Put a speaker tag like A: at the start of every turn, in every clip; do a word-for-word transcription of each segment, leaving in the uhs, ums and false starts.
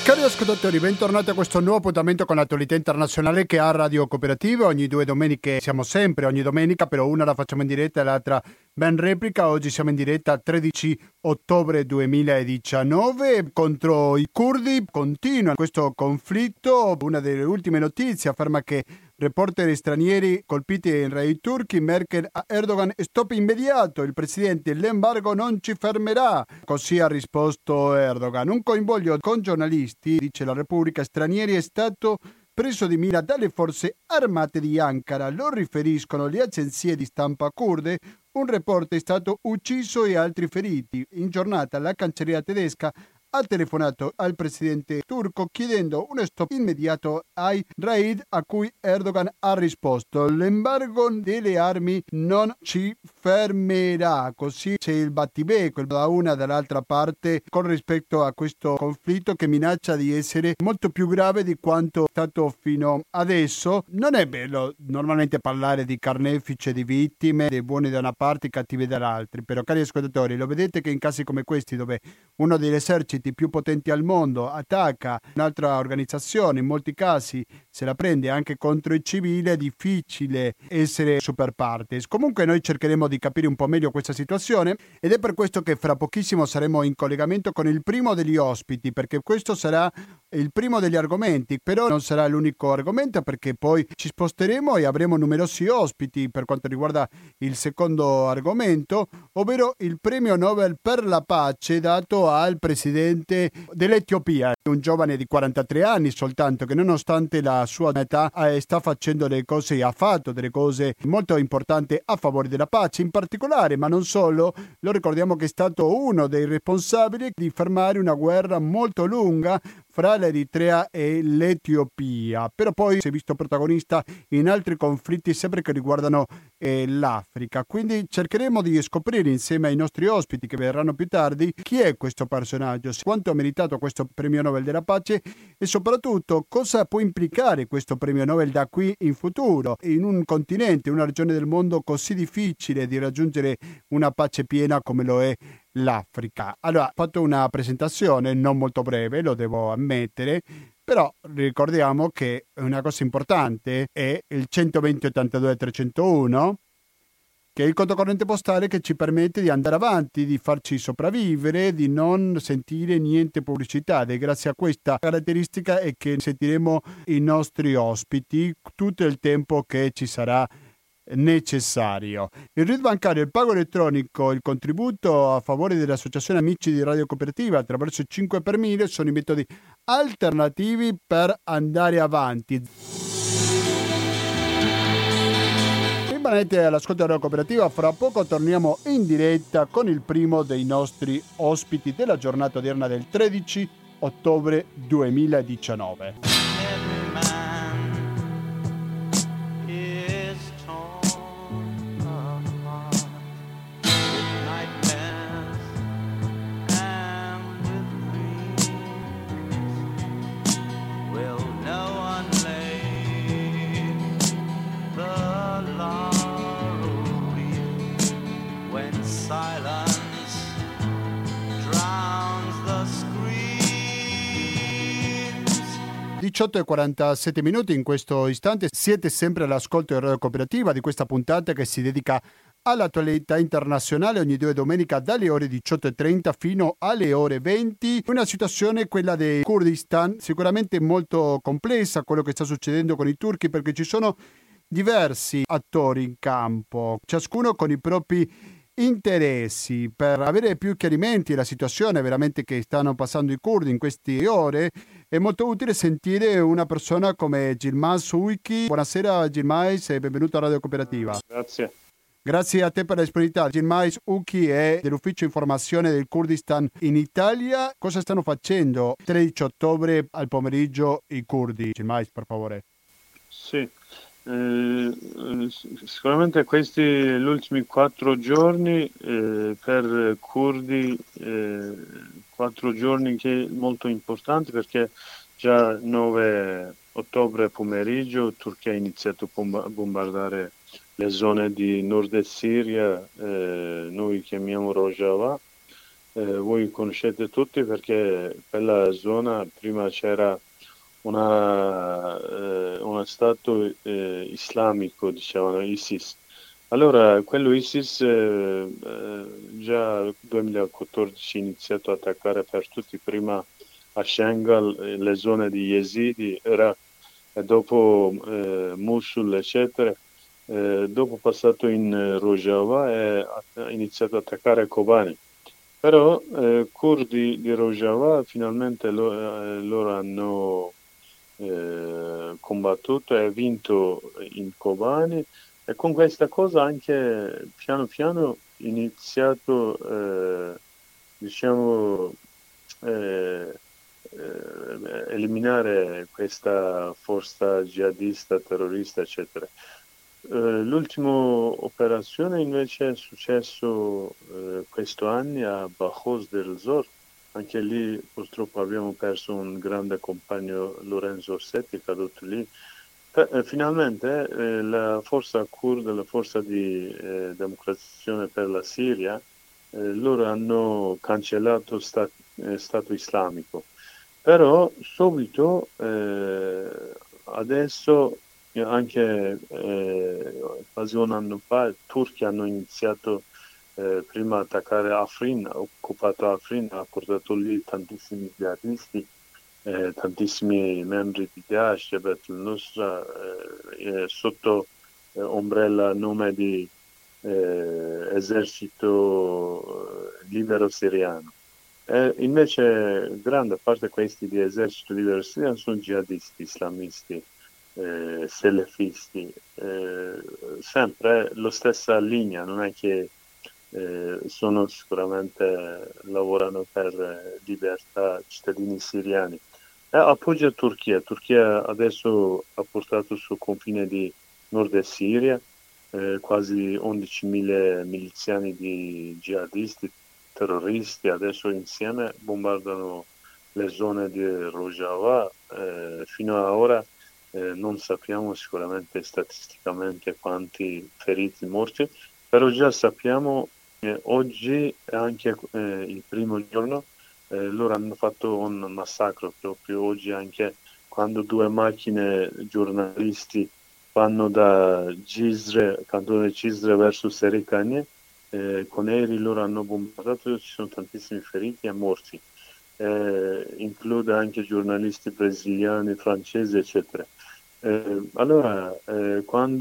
A: Cari ascoltatori, bentornati a questo nuovo appuntamento con l'attualità internazionale che ha Radio Cooperativa. Ogni due domeniche siamo sempre, ogni domenica, però una la facciamo in diretta e l'altra ben replica. Oggi siamo in diretta tredici ottobre duemiladiciannove contro i curdi. Continua questo conflitto. Una delle ultime notizie afferma che reporter stranieri colpiti in rei turchi. Merkel a Erdogan: stop immediato, il presidente, l'embargo non ci fermerà. Così ha risposto Erdogan. Un convoglio con giornalisti, dice la Repubblica, stranieri è stato preso di mira dalle forze armate di Ankara. Lo riferiscono le agenzie di stampa kurde. Un reporter è stato ucciso e altri feriti. In giornata la cancelliera tedesca ha telefonato al presidente turco chiedendo uno stop immediato ai raid, a cui Erdogan ha risposto: l'embargo delle armi non ci fermerà. Così c'è il battibecco da una e dall'altra parte con rispetto a questo conflitto che minaccia di essere molto più grave di quanto è stato fino adesso. Non è bello normalmente parlare di carnefice, di vittime, dei buoni da una parte e cattivi dall'altra, però cari ascoltatori, lo vedete che in casi come questi, dove uno degli eserciti più potenti al mondo attacca un'altra organizzazione, in molti casi se la prende anche contro i civili, è difficile essere super partes. Comunque noi cercheremo di capire un po' meglio questa situazione ed è per questo che fra pochissimo saremo in collegamento con il primo degli ospiti, perché questo sarà il primo degli argomenti, però non sarà l'unico argomento, perché poi ci sposteremo e avremo numerosi ospiti per quanto riguarda il secondo argomento, ovvero il premio Nobel per la pace dato al presidente dell'Etiopia, un giovane di quarantatré anni soltanto, che nonostante la sua età sta facendo delle cose, ha fatto delle cose molto importanti a favore della pace in particolare, ma non solo. Lo ricordiamo che è stato uno dei responsabili di fermare una guerra molto lunga fra l'Eritrea e l'Etiopia, però poi si è visto protagonista in altri conflitti sempre che riguardano eh, l'Africa. Quindi cercheremo di scoprire insieme ai nostri ospiti che verranno più tardi chi è questo personaggio, quanto ha meritato questo premio Nobel della pace e soprattutto cosa può implicare questo premio Nobel da qui in futuro in un continente, una regione del mondo così difficile di raggiungere una pace piena come lo è l'Africa. Allora, ho fatto una presentazione non molto breve, lo devo ammettere, però ricordiamo che una cosa importante è il centoventi ottantadue trecentouno, che è il conto corrente postale che ci permette di andare avanti, di farci sopravvivere, di non sentire niente pubblicità, ed è grazie a questa caratteristica è che sentiremo i nostri ospiti tutto il tempo che ci sarà necessario. Il R I D bancario, il pago elettronico, il contributo a favore dell'Associazione Amici di Radio Cooperativa attraverso il cinque per mille sono i metodi alternativi per andare avanti. Rimanete all'ascolto della Radio Cooperativa, fra poco torniamo in diretta con il primo dei nostri ospiti della giornata odierna del tredici ottobre duemiladiciannove. diciotto e quarantasette minuti in questo istante, siete sempre all'ascolto di Radio Cooperativa di questa puntata che si dedica all'attualità internazionale ogni due domenica dalle ore diciotto e trenta fino alle ore venti. Una situazione, quella del Kurdistan, sicuramente molto complessa, quello che sta succedendo con i turchi, perché ci sono diversi attori in campo, ciascuno con i propri interessi. Per avere più chiarimenti la situazione veramente che stanno passando i curdi in queste ore è molto utile sentire una persona come Yilmaz Uyki. Buonasera Yilmaz e benvenuto a Radio Cooperativa.
B: Grazie.
A: Grazie a te per la disponibilità. Yilmaz Uyki è dell'ufficio informazione del Kurdistan in Italia. Cosa stanno facendo il tredici ottobre al pomeriggio i curdi? Yilmaz, per favore.
B: Sì. Eh, sicuramente questi gli ultimi quattro giorni eh, per curdi eh, quattro giorni che molto importanti, perché già nove ottobre pomeriggio Turchia ha iniziato a bombardare le zone di nord Siria, eh, noi chiamiamo Rojava, eh, voi conoscete tutti perché quella zona prima c'era una, eh, uno stato eh, islamico, diciamo, ISIS. Allora, quello ISIS eh, eh, già nel duemilaquattordici ha iniziato a attaccare per tutti, prima a Shangal, eh, le zone di Yazidi, Iraq, e dopo eh, Mosul, eccetera. Eh, dopo passato in eh, Rojava e ha ha iniziato ad attaccare Kobani. Però eh, curdi di Rojava finalmente lo- eh, loro hanno eh, combattuto e vinto in Kobani, e con questa cosa anche piano piano iniziato, eh, diciamo, eh, eh, eliminare questa forza jihadista, terrorista, eccetera. Eh, l'ultima operazione invece è successo eh, questo anno a Bajos del Zor. Anche lì purtroppo abbiamo perso un grande compagno, Lorenzo Orsetti, caduto lì. Eh, eh, finalmente eh, la forza kurda, la forza di eh, democratizzazione per la Siria, eh, loro hanno cancellato sta- eh, Stato islamico. Però subito, eh, adesso, eh, anche eh, quasi un anno fa, i turchi hanno iniziato eh, prima a attaccare Afrin, ha occupato Afrin, ha portato lì tantissimi jihadisti, eh, tantissimi membri di Daesh, Jabhat al-Nusra, eh, eh, sotto eh, ombrella nome di eh, esercito eh, libero siriano. Eh, invece, grande parte questi di esercito libero siriano sono jihadisti, islamisti, eh, selefisti, eh, sempre la stessa linea, non è che eh, sono sicuramente lavorano per eh, libertà cittadini siriani. Eh, appoggia Turchia. Turchia adesso ha portato sul confine di nord Siria eh, quasi undicimila miliziani di jihadisti, terroristi, adesso insieme bombardano le zone di Rojava. Eh, fino ad ora eh, non sappiamo sicuramente statisticamente quanti feriti, morti, però già sappiamo che oggi è anche eh, il primo giorno, eh, loro hanno fatto un massacro proprio oggi, anche quando due macchine giornalisti vanno da Cisre, cantone Cisre verso Sericane, eh, con aerei loro hanno bombardato, ci sono tantissimi feriti e morti, eh, include anche giornalisti brasiliani, francesi, eccetera. Eh, allora, eh,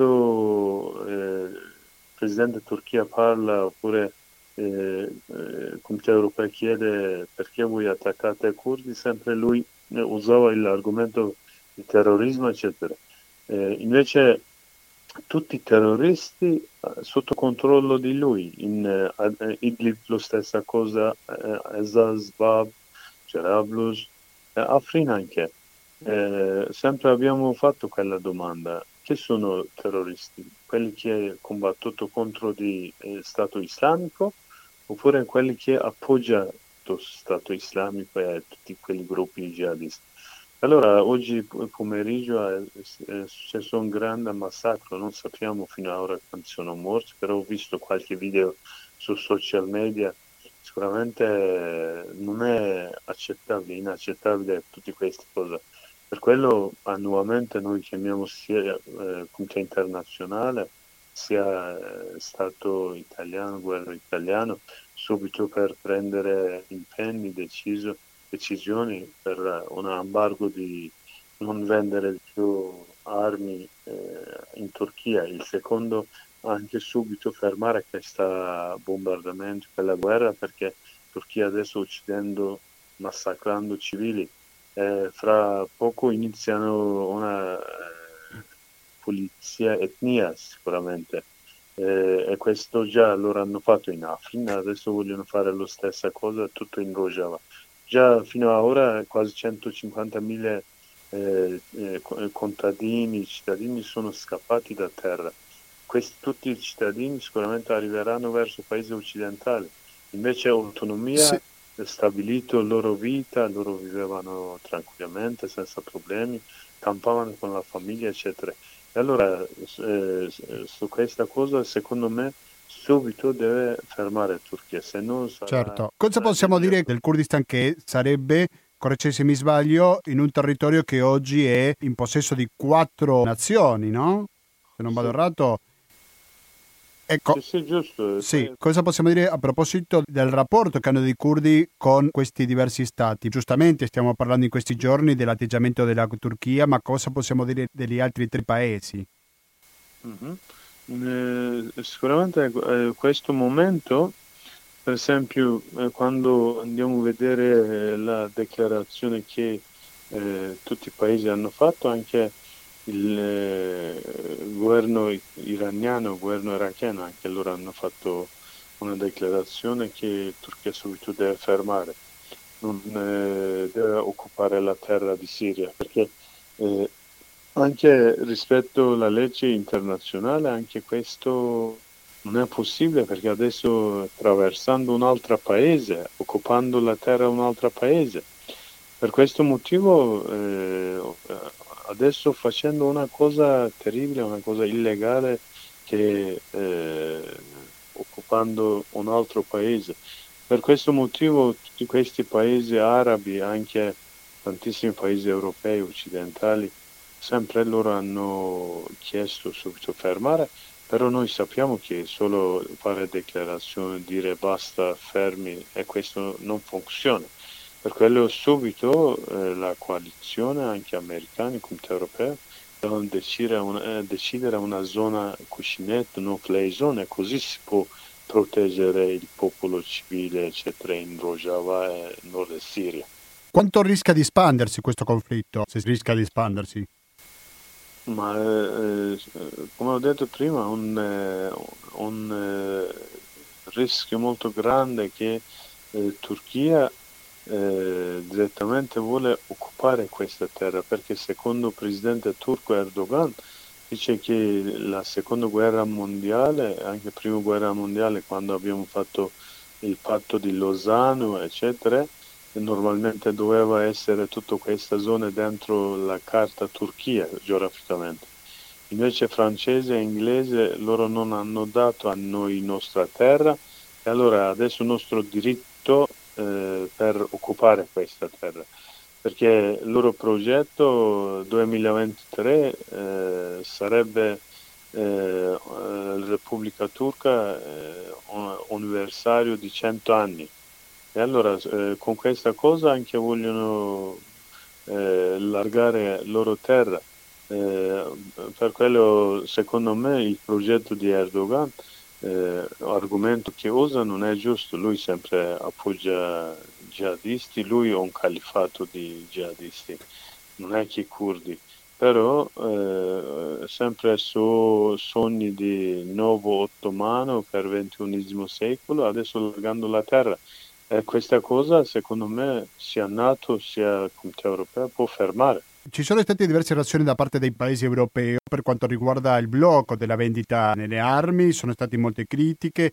B: quando eh, il presidente Turchia parla, oppure eh, eh, il Comitè europeo chiede perché voi attaccate i curdi, sempre lui eh, usava l'argomento di terrorismo, eccetera. Eh, invece tutti i terroristi eh, sotto controllo di lui, in eh, Idlib lo stessa cosa, eh, Azaz, Bab, Cerablus, eh, Afrin anche. Eh, sempre abbiamo fatto quella domanda: che sono terroristi? Quelli che hanno combattuto contro di eh, Stato islamico, oppure quelli che appoggiano lo Stato islamico e tutti quei gruppi jihadisti? Allora, oggi p- pomeriggio è, è successo un grande massacro, non sappiamo fino ad ora quanti sono morti, però ho visto qualche video su social media. Sicuramente eh, non è accettabile, inaccettabile tutte queste cose. Per quello annualmente noi chiamiamo sia eh, Comunità internazionale, sia eh, Stato italiano, governo italiano, subito per prendere impegni deciso decisioni per un embargo di non vendere più armi eh, in Turchia. Il secondo, anche subito fermare questo bombardamento, quella guerra, perché Turchia adesso uccidendo, massacrando civili. Eh, fra poco iniziano una eh, pulizia etnia sicuramente. Eh, e questo già loro hanno fatto in Afrin, adesso vogliono fare la stessa cosa tutto in Rojava. Già fino ad ora quasi centocinquantamila eh, eh, co- contadini, cittadini sono scappati da terra. Questi tutti i cittadini sicuramente arriveranno verso i paesi occidentali. Invece autonomia,
A: Sì.
B: eh, stabilito la loro vita, loro vivevano tranquillamente, senza problemi, campavano con la famiglia, eccetera. E allora, eh, su questa cosa, secondo me, subito deve fermare Turchia, se no sarà...
A: Certo. Cosa possiamo dire del Kurdistan, che sarebbe, correggimi se mi sbaglio, in un territorio che oggi è in possesso di quattro nazioni, no? Se non vado
B: Sì,
A: errato. Ecco,
B: sì, sì, giusto.
A: sì, cosa possiamo dire a proposito del rapporto che hanno dei curdi con questi diversi stati? Giustamente stiamo parlando in questi giorni dell'atteggiamento della Turchia, ma cosa possiamo dire degli altri tre paesi?
B: Mhm. Eh, sicuramente eh, questo momento, per esempio, eh, quando andiamo a vedere eh, la dichiarazione che eh, tutti i paesi hanno fatto, anche il eh, governo iraniano, il governo iracheno, anche loro hanno fatto una dichiarazione che Turchia subito deve fermare, non eh, deve occupare la terra di Siria, perché eh, anche rispetto alla legge internazionale, anche questo non è possibile, perché adesso attraversando un altro paese, occupando la terra di un altro paese. Per questo motivo eh, adesso facendo una cosa terribile, una cosa illegale, che eh, occupando un altro paese. Per questo motivo tutti questi paesi arabi, anche tantissimi paesi europei occidentali, sempre loro hanno chiesto subito fermare, però noi sappiamo che solo fare dichiarazioni, dire basta, fermi, e questo non funziona. Per quello subito eh, la coalizione, anche americani, Comunità Europea, devono decidere una, eh, decidere una zona cuscinetto, no play zone, così si può proteggere il popolo civile, eccetera, in Rojava e nord Siria.
A: Quanto rischia di espandersi questo conflitto? Se rischia di espandersi?
B: Ma eh, eh, come ho detto prima, un, eh, un eh, rischio molto grande che eh, Turchia eh, direttamente vuole occupare questa terra, perché secondo il presidente turco Erdogan dice che la seconda guerra mondiale, anche la prima guerra mondiale, quando abbiamo fatto il patto di Lozano, eccetera, normalmente doveva essere tutta questa zona dentro la carta Turchia geograficamente. Invece francese e inglese loro non hanno dato a noi nostra terra, e allora adesso è nostro diritto eh, per occupare questa terra, perché il loro progetto duemilaventitré eh, sarebbe eh, la Repubblica Turca eh, un anniversario di cento anni. E allora eh, con questa cosa anche vogliono eh, allargare loro terra. Eh, per quello, secondo me, il progetto di Erdogan, eh, l'argomento che usa non è giusto. Lui sempre appoggia jihadisti, lui è un califfato di jihadisti, non è che i curdi. Però eh, sempre su sogni di nuovo ottomano per il ventunesimo secolo, adesso allargando la terra. E questa cosa, secondo me, sia NATO sia Comunità Europea può fermare.
A: Ci sono state diverse reazioni da parte dei paesi europei per quanto riguarda il blocco della vendita nelle armi, sono state molte critiche,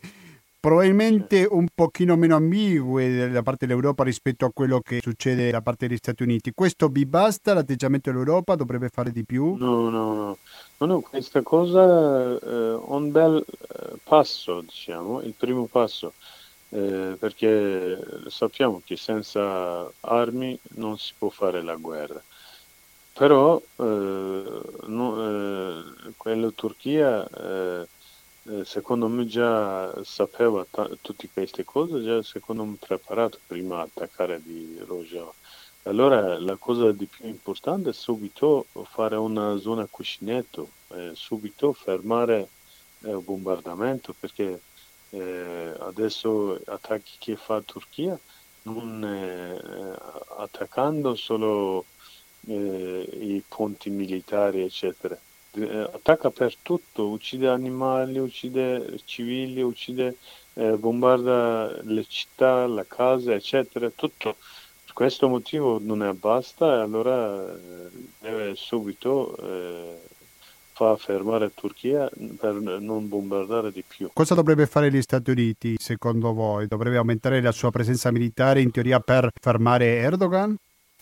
B: Sì.
A: probabilmente un pochino meno ambigue da parte dell'Europa rispetto a quello che succede da parte degli Stati Uniti. Questo vi basta? L'atteggiamento dell'Europa dovrebbe fare di più?
B: No, no, no, no, no, questa cosa è un bel eh, passo, diciamo, il primo passo, eh, perché sappiamo che senza armi non si può fare la guerra. Però eh, no, eh, quello Turchia, eh, eh, secondo me già sapeva ta- tutte queste cose, già secondo me preparato prima di attaccare di Rojava. Allora la cosa di più importante è subito fare una zona cuscinetto, eh, subito fermare eh, il bombardamento, perché eh, adesso attacchi che fa Turchia, non eh, attaccando solo eh, i ponti militari, eccetera. Eh, attacca per tutto, uccide animali, uccide civili, uccide, eh, bombarda le città, la casa, eccetera, tutto. Per questo motivo non è basta, e allora eh, deve subito eh, fa fermare Turchia per non bombardare di più.
A: Cosa dovrebbe fare gli Stati Uniti secondo voi? Dovrebbe aumentare la sua presenza militare in teoria per fermare Erdogan?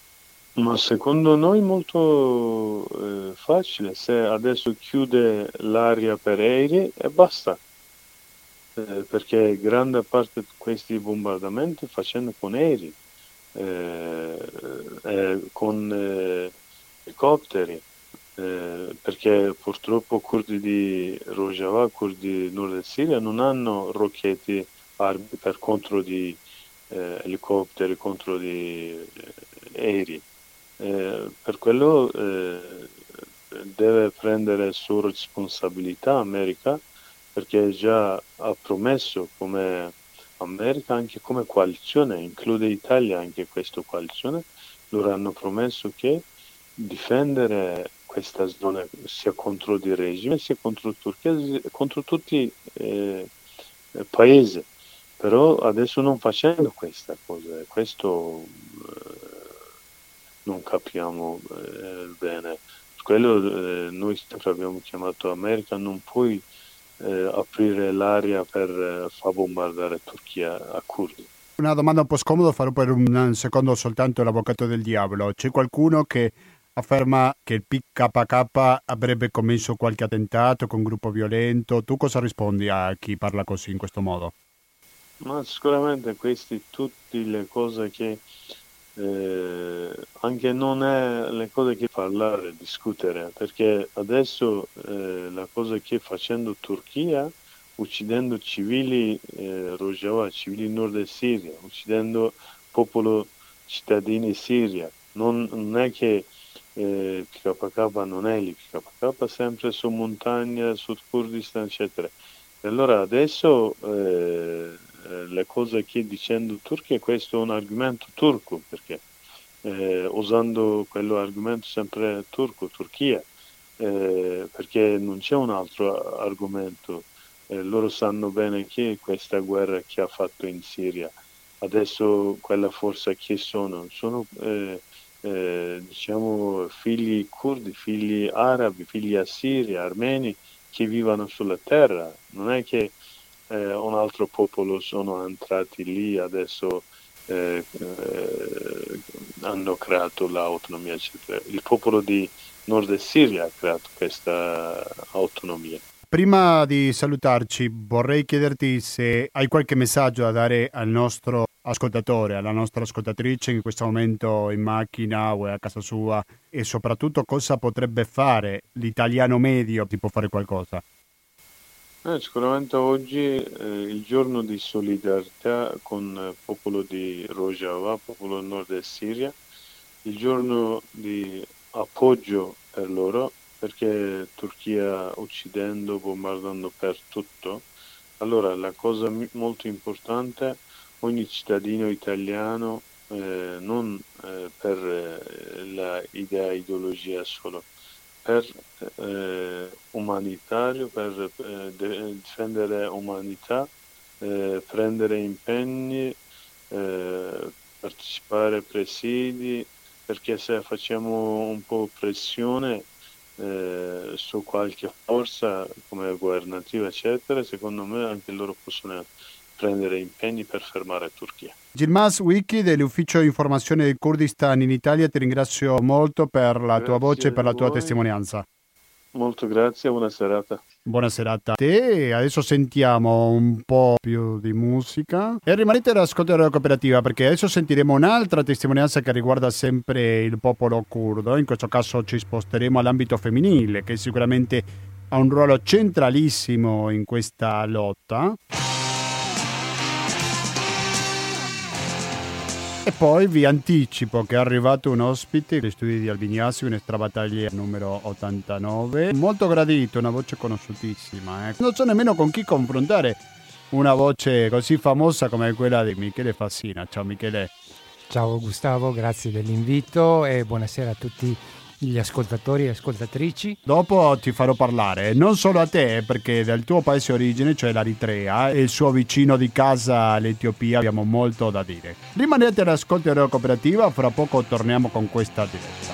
B: Ma secondo noi molto eh, facile, se adesso chiude l'aria per aerei e basta. eh, perché grande parte di questi bombardamenti facendo con aerei, eh, eh, con eh, elicotteri, eh, perché purtroppo curdi di Rojava, curdi di nord del Siria non hanno rocchetti armi per contro di eh, elicotteri, contro di eh, aerei. Eh, per quello eh, deve prendere sua responsabilità America, perché già ha promesso come America, anche come coalizione, include Italia anche questa coalizione, loro hanno promesso che difendere questa zona sia contro il regime sia contro Turchia, contro tutti i eh, paesi. Però adesso non facendo questa cosa, questo eh, non capiamo eh, bene. Per quello eh, noi sempre abbiamo chiamato America, non puoi eh, aprire l'aria per eh, far bombardare Turchia a curdi.
A: Una domanda un po' scomoda, farò per un secondo soltanto l'avvocato del diavolo. C'è qualcuno che afferma che il P K K avrebbe commesso qualche attentato con gruppo violento. Tu cosa rispondi a chi parla così in questo modo?
B: Ma sicuramente queste tutte le cose che eh, anche non è le cose che parlare, discutere, perché adesso eh, la cosa che facendo Turchia, uccidendo civili eh, Rojava, civili nord del Siria, uccidendo popolo cittadini Siria, non, non è che eh, P K K non è lì, P K K sempre su montagna, Sud Kurdistan, eccetera. E allora adesso eh, le cose che dicendo Turchia, questo è un argomento turco, perché eh, usando quell'argomento sempre turco, Turchia, eh, perché non c'è un altro argomento. Eh, loro sanno bene che questa guerra che ha fatto in Siria, adesso quella forza che sono, sono eh, eh, diciamo figli curdi, figli arabi, figli assiri, armeni che vivono sulla terra. Non è che eh, un altro popolo sono entrati lì, adesso eh, eh, hanno creato l'autonomia, eccetera. Il popolo di Nord Siria ha creato questa autonomia.
A: Prima di salutarci vorrei chiederti se hai qualche messaggio da dare al nostro ascoltatore, alla nostra ascoltatrice in questo momento in macchina o a casa sua, e soprattutto cosa potrebbe fare l'italiano medio, si può fare qualcosa.
B: Eh, sicuramente oggi è eh, il giorno di solidarietà con il popolo di Rojava, popolo nord del Siria, il giorno di appoggio per loro, perché Turchia uccidendo, bombardando per tutto. Allora la cosa mi- molto importante, ogni cittadino italiano, eh, non eh, per eh, la idea, ideologia solo, per eh, umanitario, per eh, de- difendere umanità, eh, prendere impegni, eh, partecipare a presidi, perché se facciamo un po' pressione eh, su qualche forza come governativa, eccetera, secondo me anche loro possono prendere impegni per fermare Turchia.
A: Gilmas Wiki dell'Ufficio Informazione del Kurdistan in Italia, ti ringrazio molto per la tua voce e
B: Grazie
A: per
B: a
A: la tua
B: voi,
A: testimonianza.
B: molto grazie, buona serata.
A: Buona serata a te, adesso sentiamo un po' più di musica e rimanete all'ascolto della cooperativa, perché adesso sentiremo un'altra testimonianza che riguarda sempre il popolo curdo. In questo caso ci sposteremo all'ambito femminile, che sicuramente ha un ruolo centralissimo in questa lotta. E poi vi anticipo che è arrivato un ospite agli studi di Albignassi, un extrabattaglia numero ottantanove, molto gradito, una voce conosciutissima. Eh. Non so nemmeno con chi confrontare una voce così famosa come quella di Michele Fassina. Ciao Michele.
C: Ciao Gustavo, grazie dell'invito e buonasera a tutti gli ascoltatori e ascoltatrici.
A: Dopo ti farò parlare, non solo a te, perché del tuo paese origine, cioè l'Eritrea, e il suo vicino di casa, l'Etiopia, abbiamo molto da dire. Rimanete all'ascolto della cooperativa, fra poco torniamo con questa diretta.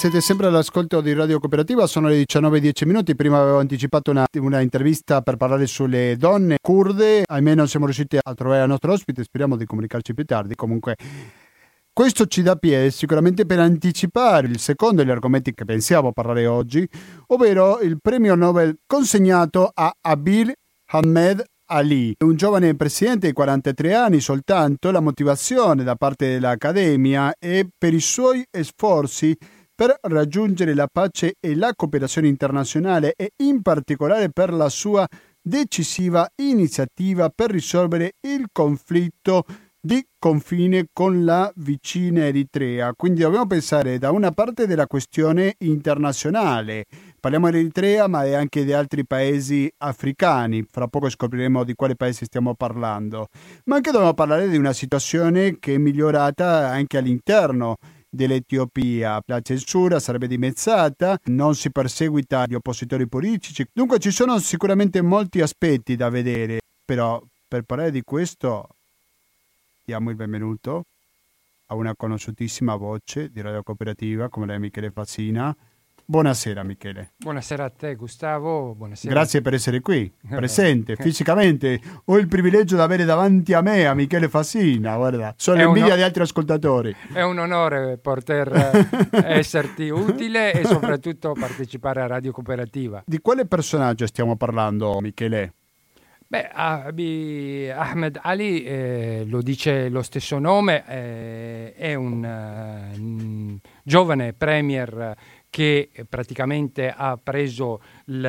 A: siete sempre all'ascolto di Radio Cooperativa, sono le diciannove e dieci minuti. Prima avevo anticipato una, una intervista per parlare sulle donne kurde, ahimè non siamo riusciti a trovare il nostro ospite, speriamo di comunicarci più tardi. Comunque questo ci dà piede sicuramente per anticipare il secondo degli argomenti che pensiamo parlare oggi, ovvero il premio Nobel consegnato a Abil Ahmed Ali, un giovane presidente di quarantatré anni soltanto. La motivazione da parte dell'Accademia è per i suoi sforzi per raggiungere la pace e la cooperazione internazionale e in particolare per la sua decisiva iniziativa per risolvere il conflitto di confine con la vicina Eritrea. Quindi dobbiamo pensare da una parte della questione internazionale, parliamo di Eritrea ma anche di altri paesi africani, fra poco scopriremo di quale paese stiamo parlando, ma anche dobbiamo parlare di una situazione che è migliorata anche all'interno dell'Etiopia. La censura sarebbe dimezzata, non si perseguita gli oppositori politici, dunque ci sono sicuramente molti aspetti da vedere, però per parlare di questo diamo il benvenuto a una conosciutissima voce di Radio Cooperativa come lei, Michele Fassina. Buonasera Michele.
C: Buonasera a te Gustavo, buonasera.
A: Grazie per essere qui, presente fisicamente. Ho il privilegio di avere davanti a me a Michele Fassina, guarda, sono l'invidia di altri ascoltatori.
C: È un onore poter esserti utile e soprattutto partecipare a Radio Cooperativa.
A: Di quale personaggio stiamo parlando, Michele?
C: Beh, Abiy Ahmed Ali, eh, lo dice lo stesso nome, eh, è un uh, giovane premier che praticamente ha preso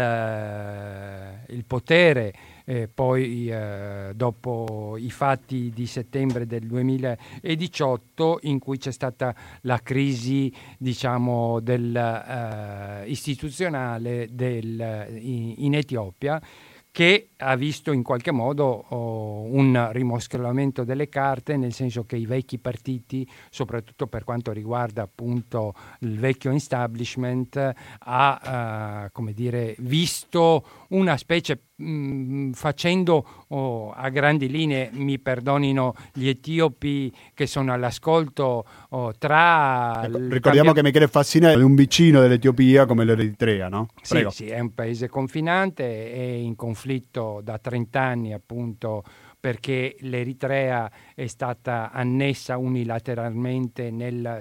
C: il, il potere eh, poi eh, dopo i fatti di settembre del duemiladiciotto, in cui c'è stata la crisi, diciamo, del, uh, istituzionale del, in, in Etiopia, che ha visto in qualche modo oh, un rimoscolamento delle carte, nel senso che i vecchi partiti, soprattutto per quanto riguarda appunto il vecchio establishment, ha uh, come dire, visto una specie, mh, facendo oh, a grandi linee, mi perdonino gli etiopi che sono all'ascolto, oh, tra...
A: Ecco, ricordiamo cambio... che Michele Fassina è un vicino dell'Etiopia come l'Eritrea, no? Prego.
C: Sì, sì, è un paese confinante, è in conflitto da trenta anni appunto, perché l'Eritrea è stata annessa unilateralmente nel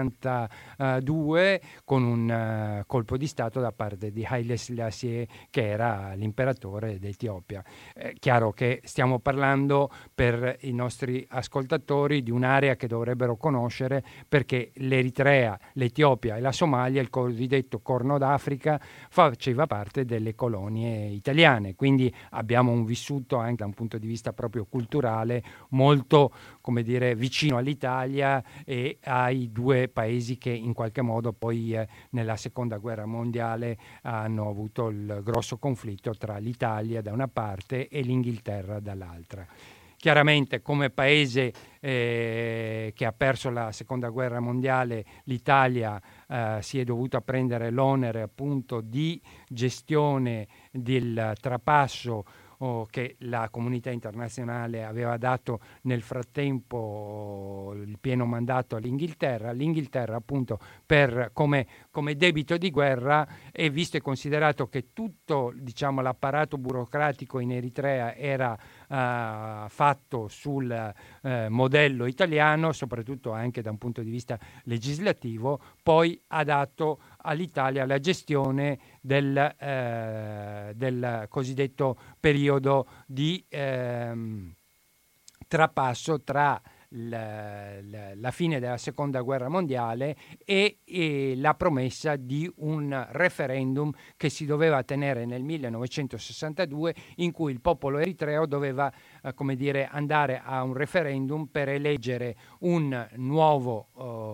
C: sessantadue con un uh, colpo di Stato da parte di Haile Selassie, che era l'imperatore d'Etiopia. È chiaro che stiamo parlando, per i nostri ascoltatori, di un'area che dovrebbero conoscere, perché l'Eritrea, l'Etiopia e la Somalia, il cosiddetto Corno d'Africa, faceva parte delle colonie italiane, quindi abbiamo un vissuto anche da un punto di vista proprio culturale molto, come dire, vicino all'Italia e ai due paesi che in qualche modo poi eh, nella seconda guerra mondiale hanno avuto il grosso conflitto tra l'Italia da una parte e l'Inghilterra dall'altra. Chiaramente, come paese eh, che ha perso la seconda guerra mondiale, l'Italia eh, si è dovuta prendere l'onere appunto di gestione del trapasso Oh, che la comunità internazionale aveva dato nel frattempo il pieno mandato all'Inghilterra. L'Inghilterra appunto per, come, come debito di guerra, e visto e considerato che tutto, diciamo, l'apparato burocratico in Eritrea era uh, fatto sul uh, modello italiano, soprattutto anche da un punto di vista legislativo, poi ha dato all'Italia la gestione del, eh, del cosiddetto periodo di ehm, trapasso tra la, la, la fine della seconda guerra mondiale e, e la promessa di un referendum che si doveva tenere nel millenovecentosessantadue, in cui il popolo eritreo doveva eh, come dire, andare a un referendum per eleggere un nuovo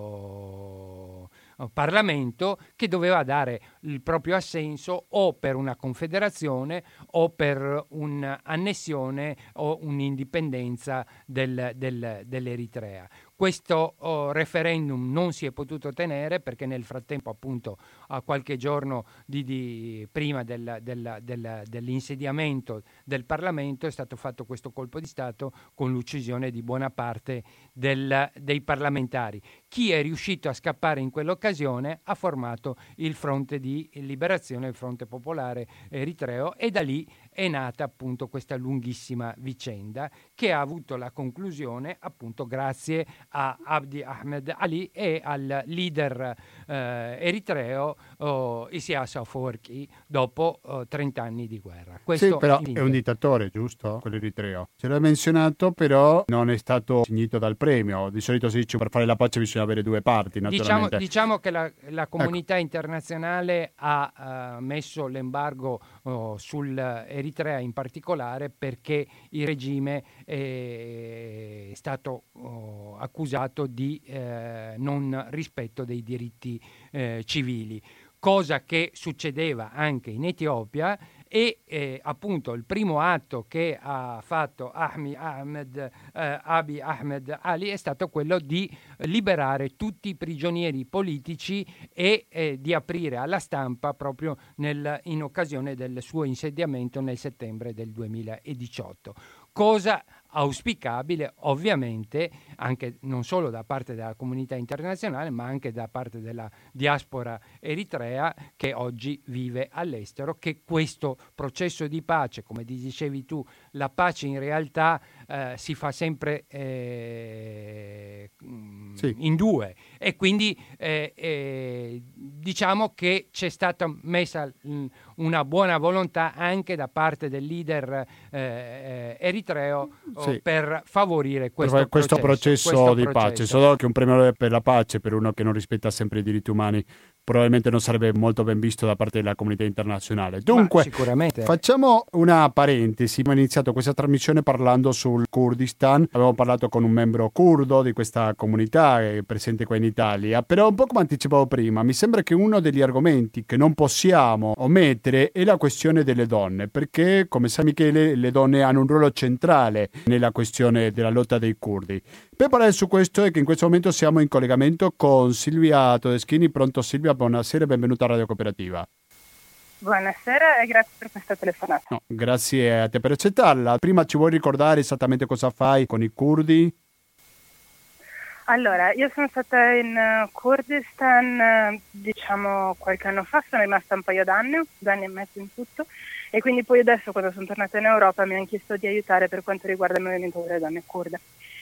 C: oh, Parlamento, che doveva dare il proprio assenso o per una confederazione o per un'annessione o un'indipendenza del, del, dell'Eritrea. questo oh, referendum non si è potuto tenere perché nel frattempo, appunto, a qualche giorno di, di, prima del, del, del, dell'insediamento del Parlamento è stato fatto questo colpo di Stato con l'uccisione di buona parte del, dei parlamentari. Chi è riuscito a scappare in quell'occasione ha formato il Fronte di Liberazione, il Fronte Popolare Eritreo, e da lì è nata appunto questa lunghissima vicenda che ha avuto la conclusione appunto grazie a Abdi Ahmed Ali e al leader eh, eritreo oh, Isaias Afwerki dopo oh, trenta anni di guerra. Questo
A: sì, però è un dittatore, giusto? Quello eritreo. Se l'ha menzionato, però non è stato signito dal premio. Di solito si dice per fare la pace bisogna avere due parti, naturalmente.
C: Diciamo, diciamo che la, la comunità
A: ecco.
C: internazionale ha uh, messo l'embargo uh, sul Eritrea in particolare perché il regime è stato uh, accusato di uh, non rispetto dei diritti uh, civili, cosa che succedeva anche in Etiopia. E eh, appunto il primo atto che ha fatto Ahmi Ahmed, eh, Abiy Ahmed Ali è stato quello di liberare tutti i prigionieri politici e eh, di aprire alla stampa proprio nel, in occasione del suo insediamento nel settembre del duemiladiciotto. Cosa auspicabile ovviamente anche non solo da parte della comunità internazionale ma anche da parte della diaspora eritrea che oggi vive all'estero, che questo processo di pace, come dicevi tu, la pace in realtà eh, si fa sempre eh,
A: sì.
C: in due e quindi eh, eh, diciamo che c'è stata messa mh, una buona volontà anche da parte del leader eh, eritreo
A: sì.
C: per favorire questo,
A: per questo
C: processo,
A: processo
C: questo
A: di
C: processo.
A: pace. Solo che un premio per la pace per uno che non rispetta sempre i diritti umani probabilmente non sarebbe molto ben visto da parte della comunità internazionale. Dunque,
C: sicuramente.
A: Facciamo una parentesi. Abbiamo iniziato questa trasmissione parlando sul Kurdistan. Abbiamo parlato con un membro curdo di questa comunità che è presente qua in Italia. Però un po' come anticipavo prima, mi sembra che uno degli argomenti che non possiamo omettere è la questione delle donne, perché come sa Michele le donne hanno un ruolo centrale nella questione della lotta dei curdi. Per parlare su questo è che in questo momento siamo in collegamento con Silvia Todeschini. Pronto Silvia, buonasera e benvenuta a Radio Cooperativa.
D: Buonasera e grazie per questa telefonata.
A: No, grazie a te per accettarla. Prima ci vuoi ricordare esattamente cosa fai con i curdi?
D: Allora, io sono stata in Kurdistan diciamo qualche anno fa, sono rimasta un paio d'anni, due anni e mezzo in tutto, e quindi poi adesso quando sono tornata in Europa mi hanno chiesto di aiutare per quanto riguarda il movimento delle donne kurde.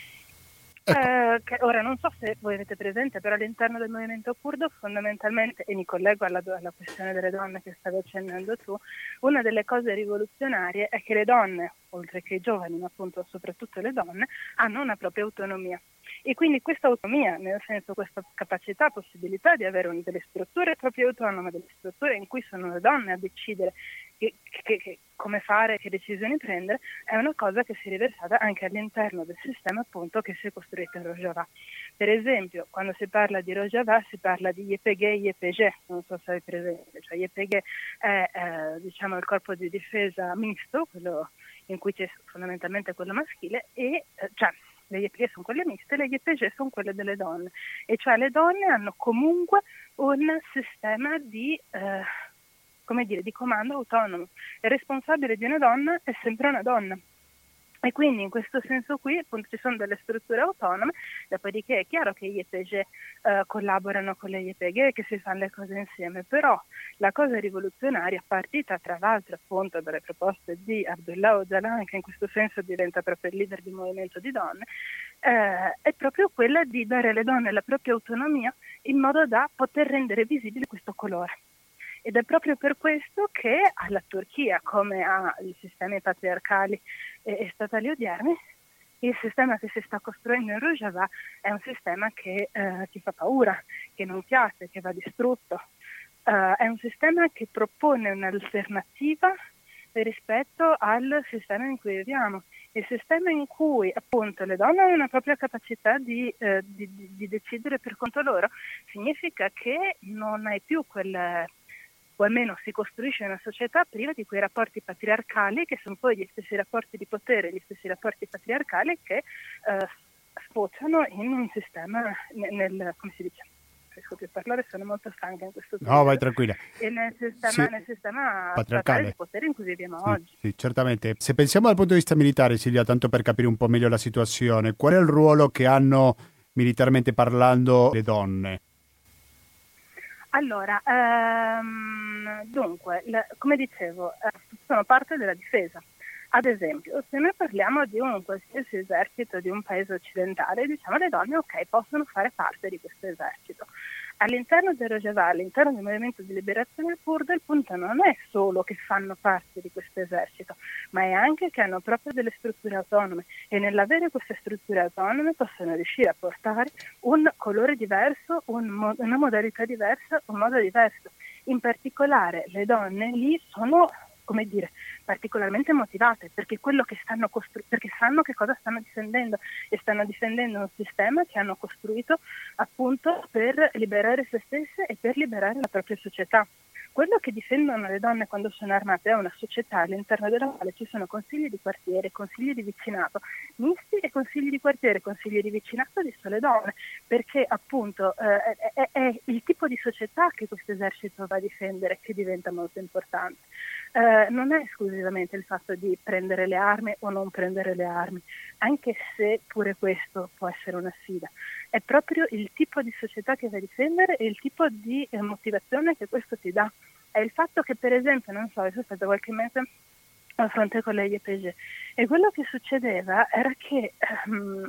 D: Ecco. Eh, che ora non so se voi avete presente, però all'interno del movimento curdo fondamentalmente, e mi collego alla, alla questione delle donne che stavi accennando tu, una delle cose rivoluzionarie è che le donne, oltre che i giovani, ma appunto soprattutto le donne, hanno una propria autonomia. E quindi questa autonomia, nel senso questa capacità, possibilità di avere un, delle strutture proprio autonome, delle strutture in cui sono le donne a decidere che, che, che, come fare, che decisioni prendere, è una cosa che si è riversata anche all'interno del sistema appunto che si è costruito in Rojava. Per esempio, quando si parla di Rojava si parla di Y P G e Y P G, non so se avete presente, cioè Y P G è eh, diciamo il corpo di difesa misto, quello in cui c'è fondamentalmente quello maschile, e eh, cioè le Y P G sono quelle miste, le Y P G sono quelle delle donne, e cioè le donne hanno comunque un sistema di, eh, come dire, di comando autonomo. Il responsabile di una donna è sempre una donna. E quindi in questo senso qui appunto ci sono delle strutture autonome, dopodiché è chiaro che gli Y P G eh, collaborano con le Y P G, che si fanno le cose insieme, però la cosa rivoluzionaria, partita tra l'altro appunto dalle proposte di Abdullah Öcalan, che in questo senso diventa proprio il leader di un movimento di donne, eh, è proprio quella di dare alle donne la propria autonomia in modo da poter rendere visibile questo colore. Ed è proprio per questo che alla Turchia, come ai sistemi patriarcali e, e statali odierni, il sistema che si sta costruendo in Rojava è un sistema che, eh, che fa paura, che non piace, che va distrutto. Uh, è un sistema che propone un'alternativa rispetto al sistema in cui viviamo. Il sistema in cui appunto le donne hanno una propria capacità di, eh, di, di, di decidere per conto loro, significa che non hai più quel... o almeno si costruisce una società priva di quei rapporti patriarcali che sono poi gli stessi rapporti di potere, gli stessi rapporti patriarcali che eh, sfociano in un sistema nel, nel come si dice? Riesco più a parlare, sono molto stanca in questo
A: periodo. No, vai tranquilla.
D: E nel sistema,
A: sì.
D: nel sistema
A: patriarcale
D: di potere in cui viviamo
A: sì,
D: oggi.
A: Sì, certamente. Se pensiamo dal punto di vista militare, Silvia, tanto per capire un po' meglio la situazione, qual è il ruolo che hanno militarmente parlando le donne?
D: Allora, ehm, dunque, le, come dicevo, eh, sono parte della difesa. Ad esempio, se noi parliamo di un qualsiasi esercito di un paese occidentale, diciamo le donne, ok, possono fare parte di questo esercito. All'interno del Rojava, all'interno del movimento di liberazione kurda, il punto non è solo che fanno parte di questo esercito, ma è anche che hanno proprio delle strutture autonome e nell'avere queste strutture autonome possono riuscire a portare un colore diverso, un mo- una modalità diversa, un modo diverso. In particolare le donne lì sono, come dire, particolarmente motivate perché quello che stanno costru- perché sanno che cosa stanno difendendo e stanno difendendo un sistema che hanno costruito appunto per liberare se stesse e per liberare la propria società. Quello che difendono le donne quando sono armate è una società all'interno della quale ci sono consigli di quartiere, consigli di vicinato misti e consigli di quartiere, consigli di vicinato di sole donne, perché appunto eh, è, è il tipo di società che questo esercito va a difendere che diventa molto importante. Eh, non è esclusivamente il fatto di prendere le armi o non prendere le armi, anche se pure questo può essere una sfida. È proprio il tipo di società che va a difendere e il tipo di eh, motivazione che questo ti dà. È il fatto che, per esempio, non so, io sono stata qualche mese a fronte con l'I E P G e quello che succedeva era che ehm,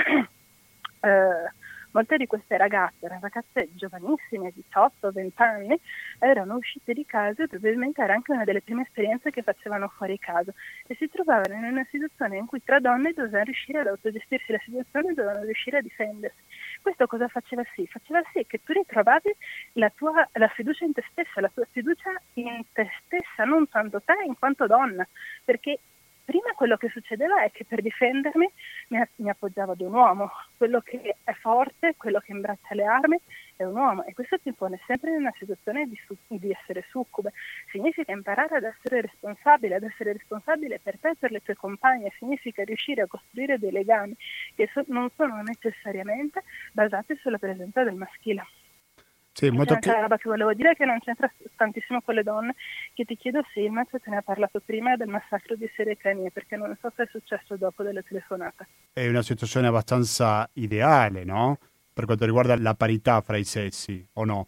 D: eh, molte di queste ragazze, ragazze giovanissime, diciotto venti anni, erano uscite di casa e probabilmente era anche una delle prime esperienze che facevano fuori casa e si trovavano in una situazione in cui tra donne dovevano riuscire ad autogestirsi la situazione e dovevano riuscire a difendersi. Questo cosa faceva sì? Faceva sì che tu ritrovavi la tua la fiducia in te stessa, la tua fiducia in te stessa, non tanto te in quanto donna, perché prima quello che succedeva è che per difendermi mi, mi appoggiavo ad un uomo, quello che è forte, quello che imbraccia le armi è un uomo e questo ti pone sempre in una situazione di, di essere succube. Significa imparare ad essere responsabile, ad essere responsabile per te e per le tue compagne, significa riuscire a costruire dei legami che so, non sono necessariamente basati sulla presenza del maschile.
A: Sì, molto
D: C'è una roba che volevo dire che non c'entra tantissimo con le donne, che ti chiedo se il Matt te ne ha parlato prima del massacro di Serekanie, perché non so se è successo dopo delle telefonate.
A: È una situazione abbastanza ideale, no? Per quanto riguarda la parità fra i sessi, o no?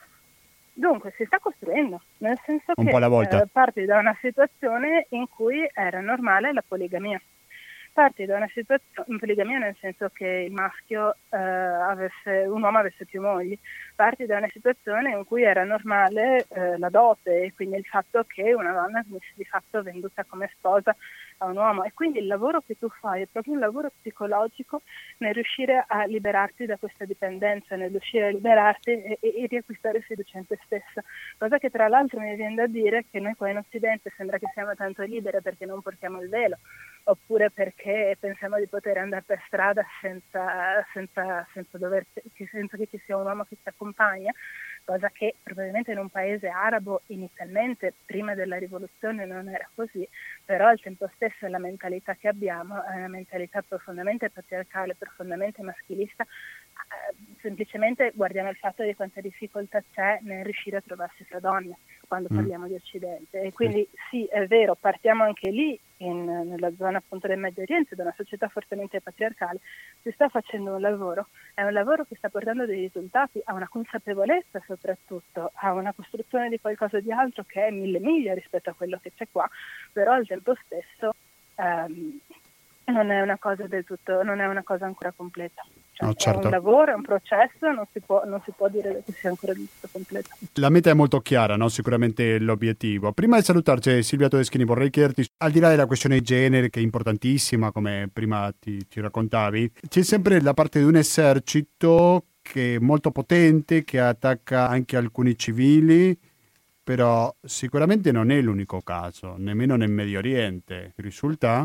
D: Dunque, si sta costruendo, nel senso
A: Un
D: che
A: po' alla volta.
D: Eh, parti da una situazione in cui era normale la poligamia. Parti da una situazione, poligamia nel senso che il maschio eh, avesse, un uomo avesse più mogli, parti da una situazione in cui era normale eh, la dote e quindi il fatto che una donna venisse di fatto venduta come sposa a un uomo e quindi il lavoro che tu fai è proprio un lavoro psicologico nel riuscire a liberarti da questa dipendenza, nel riuscire a liberarti e, e, e riacquistare fiducia in te stessa, cosa che tra l'altro mi viene da dire che noi qua in Occidente sembra che siamo tanto libere perché non portiamo il velo oppure perché pensiamo di poter andare per strada senza, senza, senza, dover, senza che ci sia un uomo che ci accompagna, cosa che probabilmente in un paese arabo inizialmente prima della rivoluzione non era così, però al tempo stesso la mentalità che abbiamo è una mentalità profondamente patriarcale, profondamente maschilista. Eh, semplicemente guardiamo il fatto di quanta difficoltà c'è nel riuscire a trovarsi fra donne quando parliamo mm. di Occidente e quindi sì, è vero, partiamo anche lì in, nella zona appunto del Medio Oriente, da una società fortemente patriarcale, si sta facendo un lavoro, è un lavoro che sta portando dei risultati, ha una consapevolezza soprattutto, ha una costruzione di qualcosa di altro che è mille miglia rispetto a quello che c'è qua, però al tempo stesso ehm, non è una cosa del tutto, non è una cosa ancora completa. Cioè,
A: no, certo.
D: È un lavoro, è un processo, non si può, non si può dire che sia ancora del tutto completo.
A: La meta è molto chiara, no? Sicuramente l'obiettivo. Prima di salutarci, Silvia Todeschini, vorrei chiederti, al di là della questione di genere, che è importantissima, come prima ti, ti raccontavi, c'è sempre la parte di un esercito che è molto potente, che attacca anche alcuni civili, però sicuramente non è l'unico caso, nemmeno nel Medio Oriente. Ti risulta?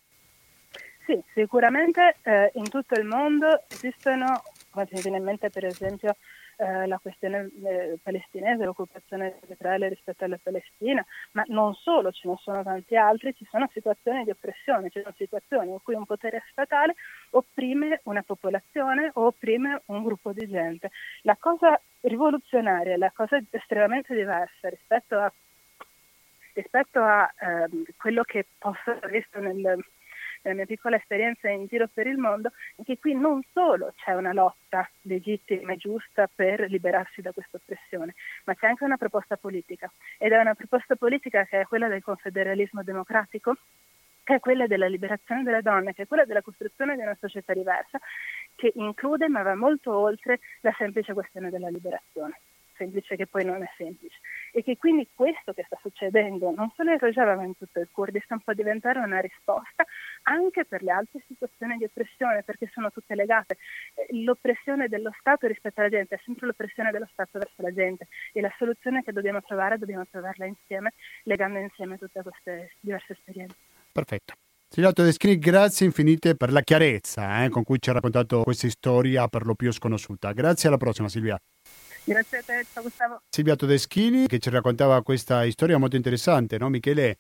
D: Sì, sicuramente eh, in tutto il mondo esistono, come mi viene in mente per esempio eh, la questione eh, palestinese, l'occupazione di Israele rispetto alla Palestina, ma non solo, ce ne sono tanti altri, ci sono situazioni di oppressione, ci sono situazioni in cui un potere statale opprime una popolazione o opprime un gruppo di gente. La cosa rivoluzionaria, la cosa estremamente diversa rispetto a rispetto a ehm, quello che posso aver visto nel, nella mia piccola esperienza in giro per il mondo, è che qui non solo c'è una lotta legittima e giusta per liberarsi da questa oppressione, ma c'è anche una proposta politica, ed è una proposta politica che è quella del confederalismo democratico, che è quella della liberazione delle donne, che è quella della costruzione di una società diversa, che include ma va molto oltre la semplice questione della liberazione, semplice che poi non è semplice, e che quindi questo che sta succedendo non solo in Rojava ma in tutto il Kurdistan può diventare una risposta anche per le altre situazioni di oppressione, perché sono tutte legate. L'oppressione dello Stato rispetto alla gente è sempre l'oppressione dello Stato verso la gente, e la soluzione che dobbiamo trovare dobbiamo trovarla insieme, legando insieme tutte queste diverse esperienze.
A: Perfetto. Silvia Todeschini, grazie infinite per la chiarezza eh, con cui ci ha raccontato questa storia per lo più sconosciuta. Grazie, alla prossima Silvia.
D: Grazie a te, ciao Gustavo.
A: Silvia Todeschini che ci raccontava questa storia molto interessante, no Michele?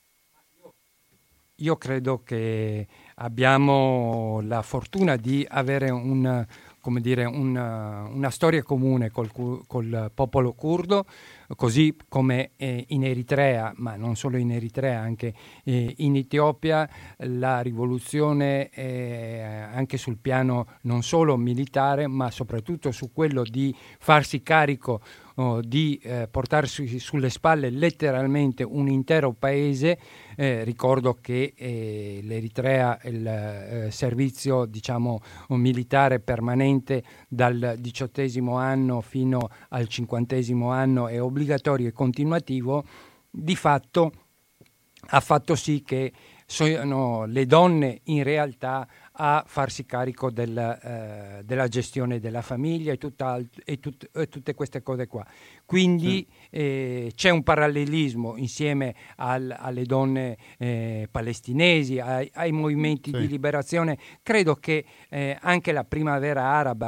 C: Io credo che abbiamo la fortuna di avere un, come dire, una, una storia comune col, col popolo curdo, così come eh, in Eritrea, ma non solo in Eritrea, anche eh, in Etiopia, la rivoluzione eh, anche sul piano non solo militare, ma soprattutto su quello di farsi carico Oh, di eh, portarsi sulle spalle letteralmente un intero paese. Eh, ricordo che eh, l'Eritrea, il eh, servizio diciamo militare permanente dal diciottesimo anno fino al cinquantesimo anno è obbligatorio e continuativo, di fatto ha fatto sì che sono le donne in realtà a farsi carico del, eh, della gestione della famiglia e, tutta, e, tut, e tutte queste cose qua. Quindi sì. eh, c'è un parallelismo insieme al, alle donne eh, palestinesi, ai, ai movimenti sì. di liberazione. Credo che eh, anche la primavera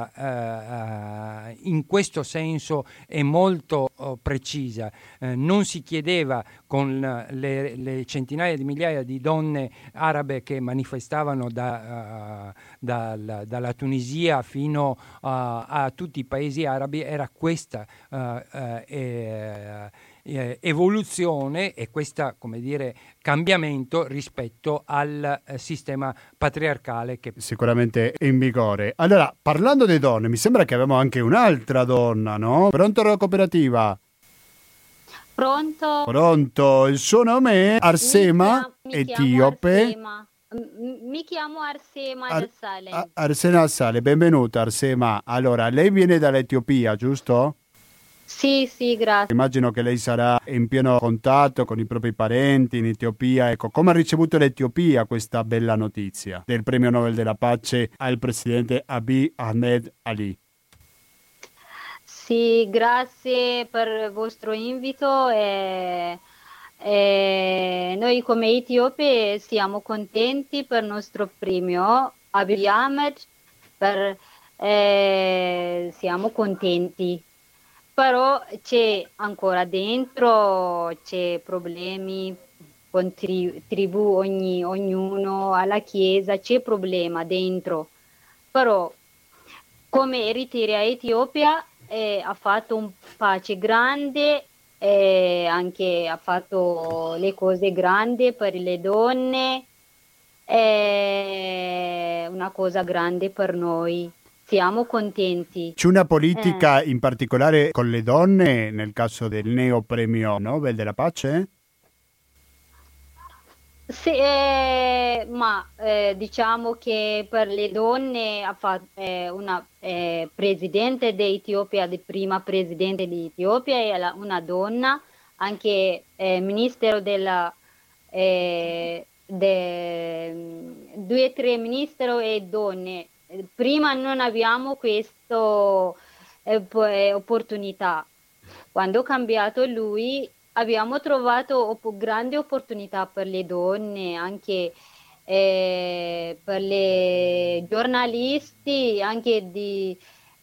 C: araba eh, in questo senso è molto oh, precisa. Eh, non si chiedeva con le, le centinaia di migliaia di donne arabe che manifestavano da Dalla, dalla Tunisia fino a, a tutti i paesi arabi, era questa uh, uh, eh, eh, evoluzione e questo, come dire, cambiamento rispetto al eh, sistema patriarcale che
A: sicuramente è in vigore. Allora, parlando di donne, mi sembra che abbiamo anche un'altra donna, no? Pronto alla cooperativa?
E: Pronto?
A: Pronto, il suo nome è Arsema,
E: mi chiamo, mi
A: etiope.
E: Arsema. Mi chiamo Arsema Ar- Al-Salem.
A: Arsena Al-Salem, benvenuta Arsema. Allora, lei viene dall'Etiopia, giusto?
E: Sì, sì, grazie.
A: Immagino che lei sarà in pieno contatto con i propri parenti in Etiopia. Ecco, come ha ricevuto l'Etiopia questa bella notizia del premio Nobel della pace al presidente Abiy Ahmed Ali?
E: Sì, grazie per il vostro invito. E... Eh, noi come etiopi siamo contenti per il nostro premio Abiy Ahmed, per, eh, siamo contenti, però c'è ancora dentro, c'è problemi con tri- tribù, ogni, ognuno alla chiesa, c'è problema dentro, però come Eritrea e Etiopia eh, ha fatto un pace grande. E anche ha fatto le cose grandi per le donne, è una cosa grande per noi, siamo contenti.
A: C'è una politica eh. in particolare con le donne nel caso del neo premio Nobel della pace?
E: Sì, eh, ma eh, diciamo che per le donne ha fatto eh, una eh, presidente d'Etiopia, di prima presidente di Etiopia, è la, una donna, anche eh, ministro della eh, de, due o tre ministri e donne. Prima non abbiamo questa eh, opportunità. Quando ha cambiato lui abbiamo trovato op- grandi opportunità per le donne, anche eh, per le giornalisti, anche di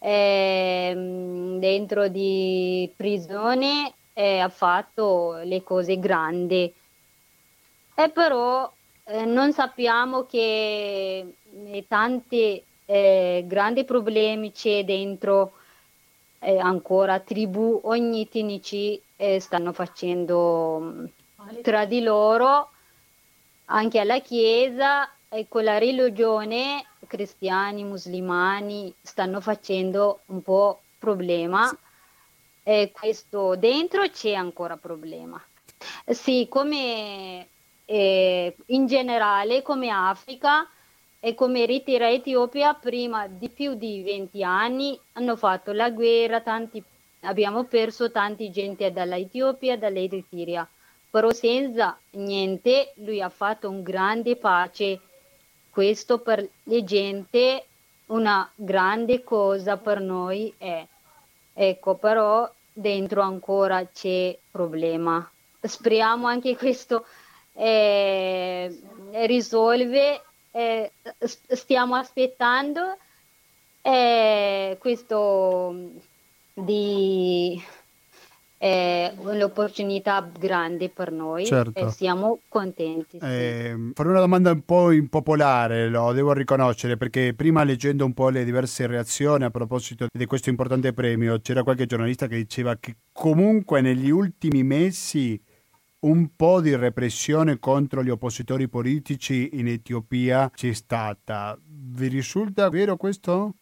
E: ehm, dentro di prigione e ha fatto le cose grandi. E però eh, non sappiamo che eh, tanti eh, grandi problemi c'è dentro eh, ancora tribù, ogni etnici eh, stanno facendo mh, tra di loro, anche alla Chiesa e con la religione, cristiani, musulmani stanno facendo un po' problema e questo dentro c'è ancora problema. Sì, come eh, in generale, come Africa e come Eritrea e Etiopia, prima di più di venti anni hanno fatto la guerra, tanti, abbiamo perso tanti gente dalla Etiopia, dall'Eritrea, però senza niente lui ha fatto un grande pace. Questo per le gente una grande cosa per noi è. Ecco, però dentro ancora c'è problema. Speriamo anche questo eh, risolve. Eh, stiamo aspettando eh, questo di eh, un'opportunità grande per noi
A: Certo.
E: e siamo contenti. Sì.
A: Eh, farò una domanda un po' impopolare, lo devo riconoscere, perché prima leggendo un po' le diverse reazioni a proposito di questo importante premio, c'era qualche giornalista che diceva che comunque negli ultimi mesi un po' di repressione contro gli oppositori politici in Etiopia c'è stata. Vi risulta vero questo?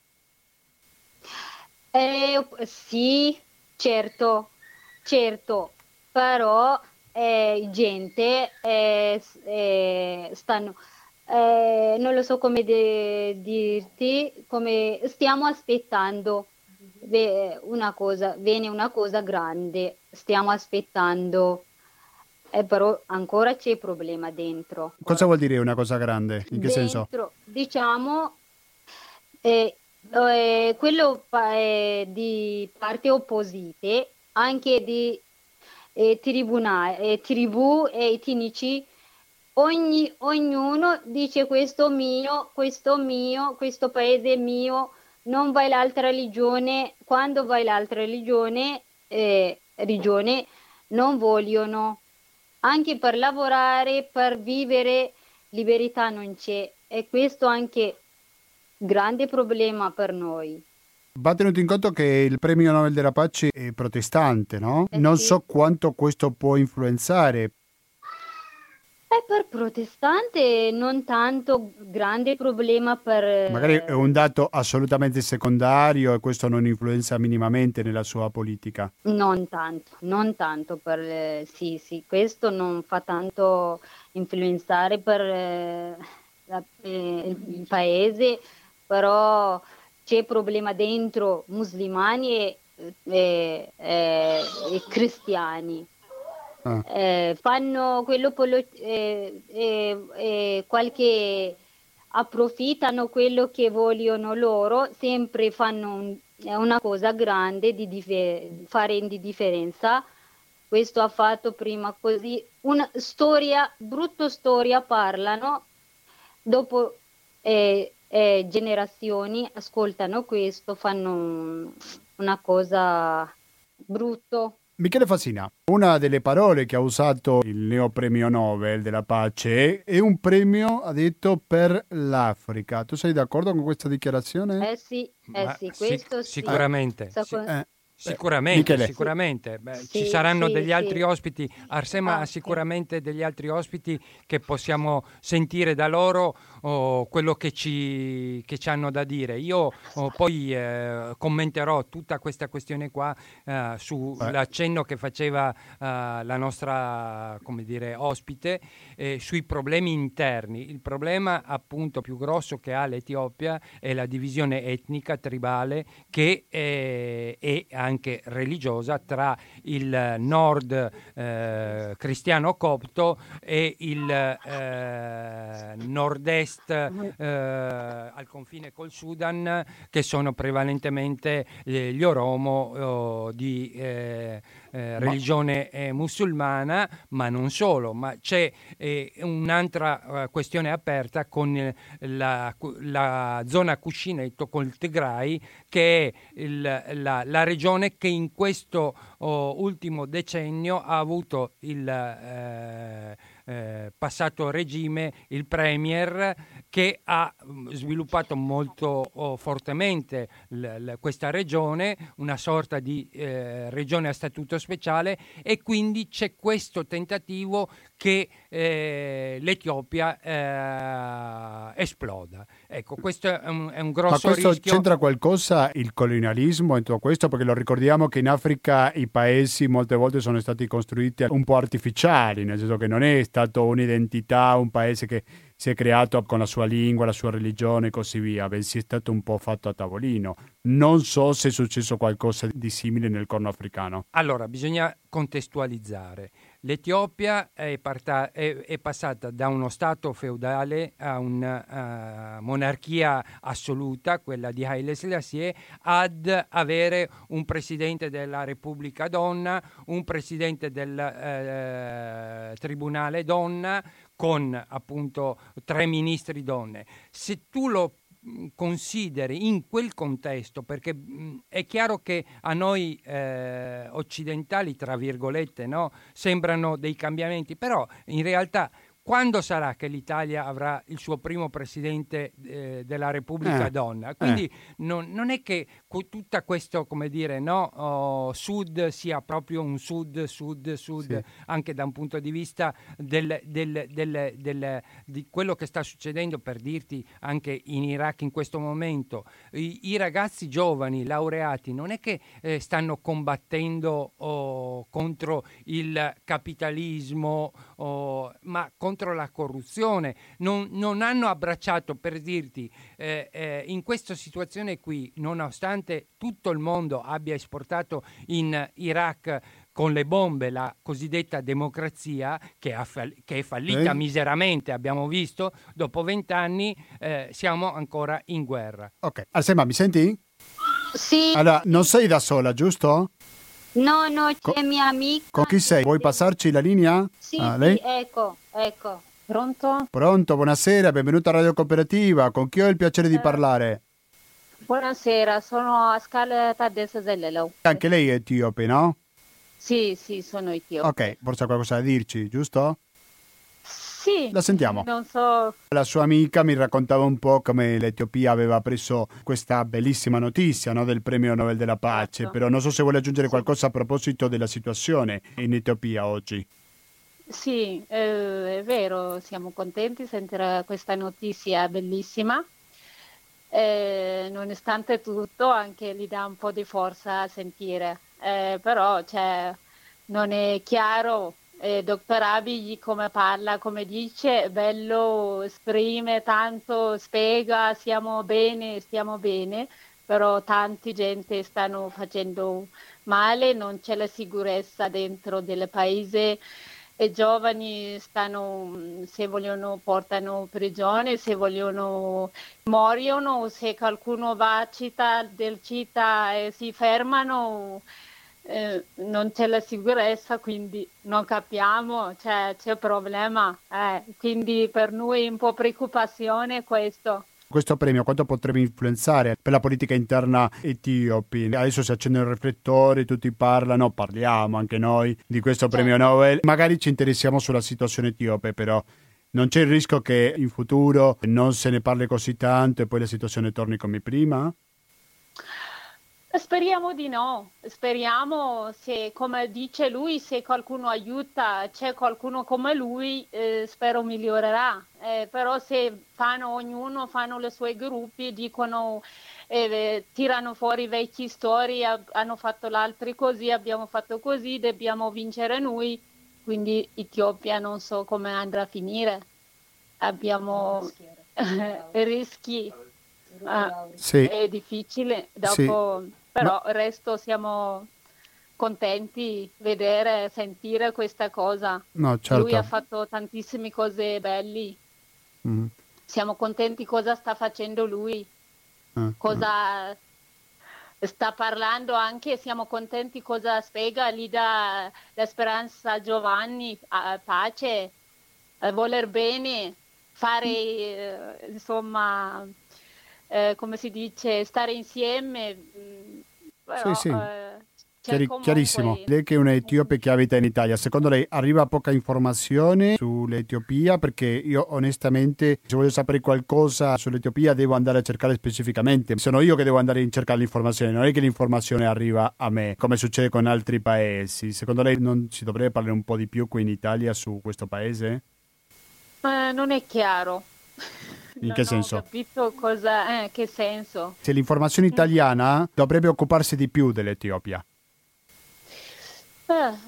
E: Eh, sì, certo, certo, però eh, gente eh, s- eh, stanno, eh, non lo so come de- dirti, come stiamo aspettando ve- una cosa, viene una cosa grande, stiamo aspettando, eh, però ancora c'è problema dentro.
A: Cosa vuol dire una cosa grande? In che senso?
E: Dentro, diciamo, eh, eh, quello pa- eh, di parte opposite, anche di eh, tribunali, eh, tribù e etnici, ogni, ognuno dice questo mio, questo mio, questo paese è mio, non vai l'altra religione, quando vai l'altra religione, eh, regione non vogliono, anche per lavorare, per vivere, libertà non c'è e questo anche grande problema per noi.
A: Va tenuto in conto che il premio Nobel della pace è protestante, no?
E: Eh
A: Non
E: sì.
A: so quanto questo può influenzare.
E: E per protestante non tanto grande problema per...
A: Magari è un dato assolutamente secondario e questo non influenza minimamente nella sua politica.
E: Non tanto, non tanto per... eh, sì, sì, questo non fa tanto influenzare per eh, la- eh, il paese, però c'è problema dentro musulmani e, e- e- e cristiani.
A: Ah,
E: Eh, fanno quello polo- eh, eh, eh, qualche approfittano quello che vogliono loro, sempre fanno un- è una cosa grande di dife- fare di differenza. Questo ha fatto prima così, una storia, brutta storia parlano, dopo eh, eh, generazioni ascoltano questo, fanno un- una cosa brutto.
A: Michele Fassina, una delle parole che ha usato il neopremio Nobel della pace è un premio, ha detto, per l'Africa. Tu sei d'accordo con questa dichiarazione?
E: Eh sì, eh
C: Ma
E: sì,
C: sic-
E: questo sì.
C: sicuramente,
E: So
C: sì.
E: con-
A: Eh,
C: Sicuramente,
A: Michele.
C: sicuramente. Beh, ci
E: Sì,
C: saranno
E: sì,
C: degli
E: sì.
C: altri ospiti. Arsema
E: Ah,
C: ha
E: sì.
C: sicuramente degli altri ospiti che possiamo sentire da loro oh, quello che ci, che ci hanno da dire. Io oh, poi eh, commenterò tutta questa questione qua eh, sull'accenno che faceva eh, la nostra, come dire, ospite eh, sui problemi interni. Il problema appunto più grosso che ha l'Etiopia è la divisione etnica, tribale, che è, è anche religiosa tra il nord eh, cristiano copto e il eh, nord-est eh, al confine col Sudan, che sono prevalentemente eh, gli Oromo oh, di, eh, eh, religione eh, musulmana, ma non solo, ma c'è eh, un'altra uh, questione aperta con eh, la, la zona cuscinetto, con il Tigray, che è il, la, la regione che in questo oh, ultimo decennio ha avuto il eh, eh, passato regime, il premier, che ha sviluppato molto oh, fortemente l- l- questa regione, una sorta di eh, regione a statuto speciale, e quindi c'è questo tentativo che eh, l'Etiopia eh, esploda. Ecco, questo è un, è un grosso rischio.
A: Ma questo
C: rischio...
A: c'entra qualcosa il colonialismo in tutto questo? Perché lo ricordiamo che in Africa i paesi molte volte sono stati costruiti un po' artificiali, nel senso che non è stato un'identità, un paese che si è creato con la sua lingua, la sua religione e così via, bensì è stato un po' fatto a tavolino. Non so se è successo qualcosa di simile nel Corno africano.
C: Allora, bisogna contestualizzare. L'Etiopia è, parta- è, è passata da uno stato feudale a una uh, monarchia assoluta, quella di Haile Selassie, ad avere un presidente della Repubblica donna, un presidente del uh, tribunale donna, con appunto tre ministri donne. Se tu lo consideri in quel contesto, perché mh, è chiaro che a noi eh, occidentali, tra virgolette, no, sembrano dei cambiamenti, però in realtà quando sarà che l'Italia avrà il suo primo presidente eh, della Repubblica
A: eh,
C: donna? Quindi
A: eh.
C: non, non è che co- tutta questo, come dire, no, oh, sud sia proprio un sud, sud, sud,
A: Sì.
C: anche da un punto di vista del, del, del, del, di quello che sta succedendo, per dirti, anche in Iraq in questo momento. I, i ragazzi giovani, laureati, non è che eh, stanno combattendo oh, contro il capitalismo, oh, ma contro la corruzione, non, non hanno abbracciato, per dirti, eh, eh, in questa situazione qui, nonostante tutto il mondo abbia esportato in Iraq con le bombe la cosiddetta democrazia, che, ha fall- che è fallita
A: Eh?
C: miseramente, abbiamo visto, dopo vent'anni eh, siamo ancora in guerra.
A: Ok, Alsema, mi senti?
E: Sì.
A: Allora, non sei da sola, giusto?
E: No, no, c'è
A: Co-
E: mia amica.
A: Con chi sei? Vuoi passarci la linea?
E: Sì,
A: Ah,
E: sì,
A: lei?
E: ecco, ecco. Pronto?
A: Pronto, buonasera, benvenuto a Radio Cooperativa. Con chi ho il piacere di
E: Eh.
A: parlare?
E: Buonasera, sono Ascal Tadessa Zellelo.
A: Anche lei è etiope, no?
E: Sì, sì, sono io.
A: Ok, forse ha qualcosa da dirci, giusto?
E: Sì.
A: La sentiamo.
E: Non so.
A: La sua amica mi raccontava un po' come l'Etiopia aveva preso questa bellissima notizia, no, del premio Nobel della pace,
E: Certo.
A: però non so se vuole aggiungere
E: Sì.
A: qualcosa a proposito della situazione in Etiopia oggi.
E: Sì, eh, è vero, siamo contenti di sentire questa notizia bellissima. Eh, nonostante tutto, anche gli dà un po' di forza a sentire, eh, però cioè, non è chiaro. Eh, dottor Abiy come parla, come dice, è bello, esprime tanto, spiega, siamo bene, stiamo bene, però tanta gente stanno facendo male, non c'è la sicurezza dentro del paese. I giovani stanno, se vogliono, portano prigione, se vogliono muoiono, se qualcuno va a città del città e si fermano, eh, non c'è la sicurezza, quindi non capiamo, cioè, c'è problema. Eh, quindi per noi è un po' preoccupazione questo.
A: Questo premio quanto potrebbe influenzare per la politica interna etiope? Adesso si accendono i riflettori, tutti parlano, parliamo anche noi di questo premio
E: Certo.
A: Nobel. Magari ci interessiamo sulla situazione etiope, però non c'è il rischio che in futuro non se ne parli così tanto e poi la situazione torni come prima?
E: Speriamo di no, speriamo, se come dice lui, se qualcuno aiuta, c'è qualcuno come lui, eh, spero migliorerà. Eh, però se fanno ognuno, fanno i suoi gruppi, dicono, eh, tirano fuori vecchie storie, ha- hanno fatto l'altro così, abbiamo fatto così, dobbiamo vincere noi, quindi Etiopia non so come andrà a finire. Abbiamo rischi. Ah,
A: Sì,
E: è difficile,
A: sì.
E: dopo, però il resto siamo contenti di vedere, sentire questa cosa.
A: No,
E: Lui ha
A: certo.
E: fatto tantissime cose belle,
A: Mm.
E: siamo contenti cosa sta facendo lui,
A: Eh,
E: cosa
F: sta parlando anche, siamo contenti cosa spiega lì da, da Speranza Giovanni, a, pace, a voler bene, fare eh, insomma, eh, come si dice, stare insieme. Però,
A: sì, sì.
F: Eh,
A: Chiari-
F: comunque...
A: Chiarissimo. Lei che è un etiope che abita in Italia, secondo lei arriva poca informazione sull'Etiopia? Perché io onestamente, se voglio sapere qualcosa sull'Etiopia, devo andare a cercare specificamente. Sono io che devo andare a cercare l'informazione, non è che l'informazione arriva a me, come succede con altri paesi. Secondo lei non si dovrebbe parlare un po' di più qui in Italia su questo paese?
F: Eh, non è chiaro.
A: In
F: non
A: che
F: ho
A: senso?
F: capito cosa, eh, che senso.
A: Se l'informazione italiana dovrebbe occuparsi di più dell'Etiopia.
F: Eh.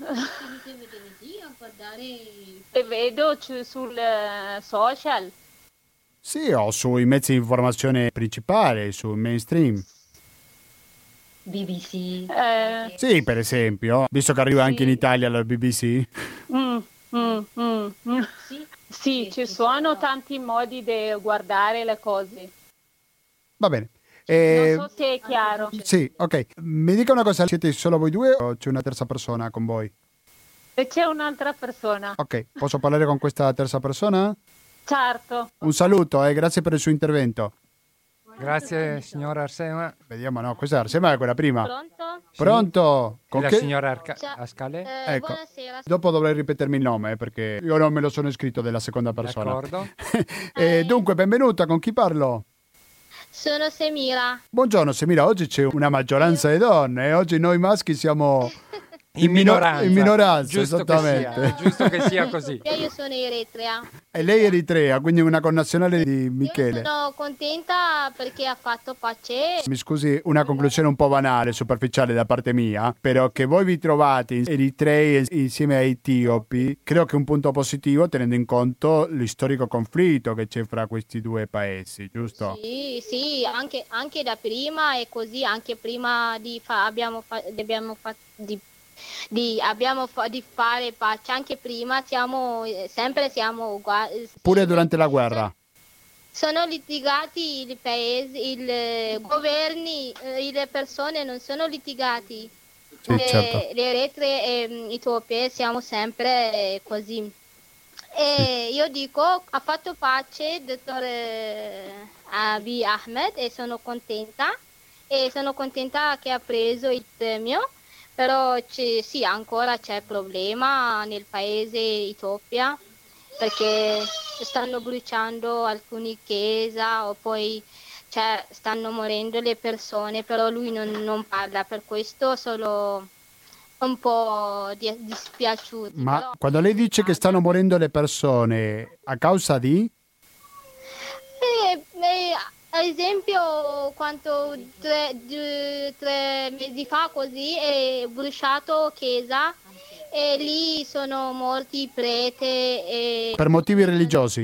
F: E vedo c- sul eh, social.
A: Sì, o sui mezzi di informazione principali, sul mainstream.
E: B B C.
F: Eh,
A: Sì, per esempio, visto che arriva
F: Sì.
A: anche in Italia la B B C.
F: mm, mm, mm, mm.
E: Sì.
F: Sì, ci sono tanti modi di guardare le cose.
A: Va bene. Eh,
F: Non so se è chiaro.
A: Sì, ok. Mi dica una cosa, siete solo voi due o c'è una terza persona con voi?
F: E c'è un'altra persona.
A: Ok, posso parlare con questa terza persona?
F: Certo.
A: Un saluto e grazie per il suo intervento.
C: Grazie signora Arsema.
A: Vediamo, no, questa è Arsema, è quella prima.
G: Pronto?
A: Pronto?
C: E
A: Con
C: la
A: che-
C: signora Arca-
G: Ciao.
C: Ascale?
G: Eh,
A: Ecco.
G: Buonasera.
A: Dopo dovrei ripetermi il nome eh, perché io non me lo sono scritto della seconda persona.
C: D'accordo.
A: Eh, dunque, benvenuta, con chi parlo?
G: Sono Semira.
A: Buongiorno Semira, oggi c'è una maggioranza di donne e oggi noi maschi siamo
C: In
A: minor-
C: minoranza.
A: in minoranza,
C: Giusto
A: esattamente.
C: Che sia, è giusto che sia così.
G: Io io sono Eritrea.
A: E lei è Eritrea, quindi una connazionale di
G: Io
A: Michele.
G: sono contenta perché ha fatto pace.
A: Mi scusi, una conclusione un po' banale, superficiale da parte mia, però che voi vi trovate in Eritrei insieme a etiopi, credo che è un punto positivo tenendo in conto l'istorico conflitto che c'è fra questi due paesi, giusto?
G: Sì, sì, anche, anche da prima e così anche prima di fa, abbiamo fa, abbiamo fa, di, di, abbiamo fa, di fare pace, anche prima siamo eh, sempre siamo uguali.
A: Pure durante la guerra.
G: Sono litigati i paesi, i governi, eh, le persone non sono litigati.
A: Sì,
G: Eh,
A: certo.
G: Le Eritree e Etiopia siamo sempre eh, così. E io dico, ha fatto pace il dottor eh, Abiy Ahmed e sono contenta. E sono contenta che ha preso il premio, però c'è- sì, ancora c'è problema nel paese Etiopia perché stanno bruciando alcune chiese o poi cioè, stanno morendo le persone, però lui non, non parla, per questo solo un po' di- dispiaciuto.
A: Ma
G: però-
A: quando lei dice che stanno morendo le persone a causa di...
G: Eh, eh, ad esempio, quanto tre, due- tre mesi fa così è bruciato chiesa e lì sono morti prete e...
A: per motivi religiosi?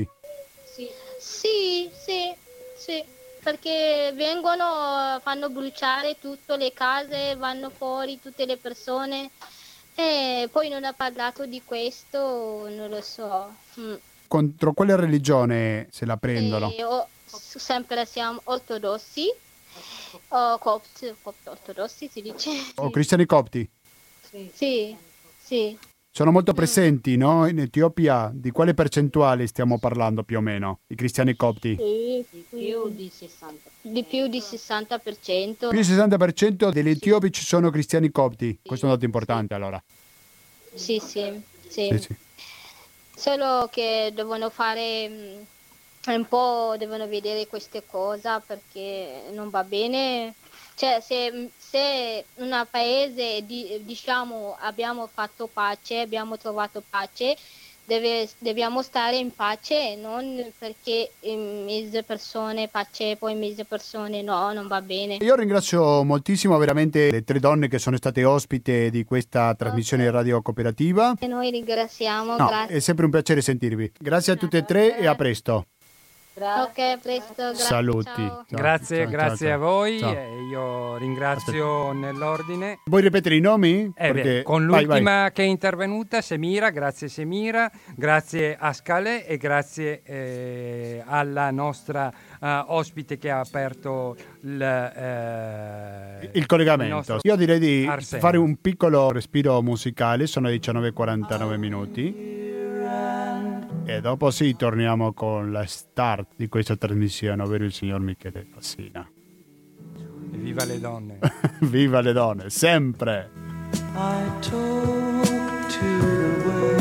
G: Sì, sì, sì, perché vengono, fanno bruciare tutte le case, vanno fuori tutte le persone e poi non ha parlato di questo, non lo so. Mm.
A: Contro quale religione se la prendono?
G: E o- sempre siamo ortodossi, o copt, copt ortodossi si dice.
A: O cristiani copti?
G: Sì, sì.
A: Sono molto presenti, no? In Etiopia, di quale percentuale stiamo parlando più o meno? I cristiani copti?
G: Sì, più di sessanta. Di più di sessanta per cento.
A: Più del sessanta per cento degli etiopi ci sono cristiani copti. Questo è un dato importante allora.
G: Sì, sì, sì.
A: Sì, sì.
G: Solo che devono fare mh, un po', devono vedere queste cose perché non va bene. Cioè, se, se un paese, di- diciamo, abbiamo fatto pace, abbiamo trovato pace, deve- dobbiamo stare in pace, non perché in mezzo persone pace, poi in mezzo persone no, non va bene.
A: Io ringrazio moltissimo veramente le tre donne che sono state ospite di questa trasmissione radio cooperativa.
G: E noi ringraziamo,
A: No,
G: grazie.
A: è sempre un piacere sentirvi. Grazie a tutte e tre e a presto.
G: Ok, a presto. Grazie.
A: Saluti.
G: Ciao.
A: Ciao,
C: Grazie,
A: ciao,
C: grazie
A: ciao,
C: a voi.
A: ciao.
C: eh, io ringrazio nell'ordine.
A: Vuoi ripetere i nomi?
C: Eh beh,
A: Perché-
C: con
A: vai,
C: l'ultima
A: vai.
C: che è intervenuta, Semira, grazie Semira, grazie a Scale e grazie eh, alla nostra eh, ospite che ha aperto il, eh,
A: Il collegamento.
C: nostro
A: Io direi di
C: Arsenio.
A: fare un piccolo respiro musicale, sono le diciannove e quarantanove minuti. E dopo sì, torniamo con la start di questa trasmissione, ovvero il signor Michele Fassina.
C: Viva le donne!
A: Viva le donne, sempre!
H: I talk to the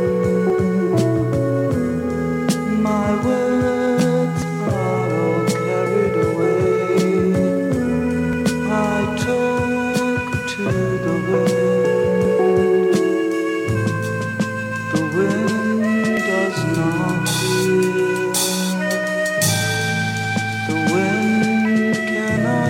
H: wind. My words are all carried away. I talk to the wind. The wind does not hear. The wind cannot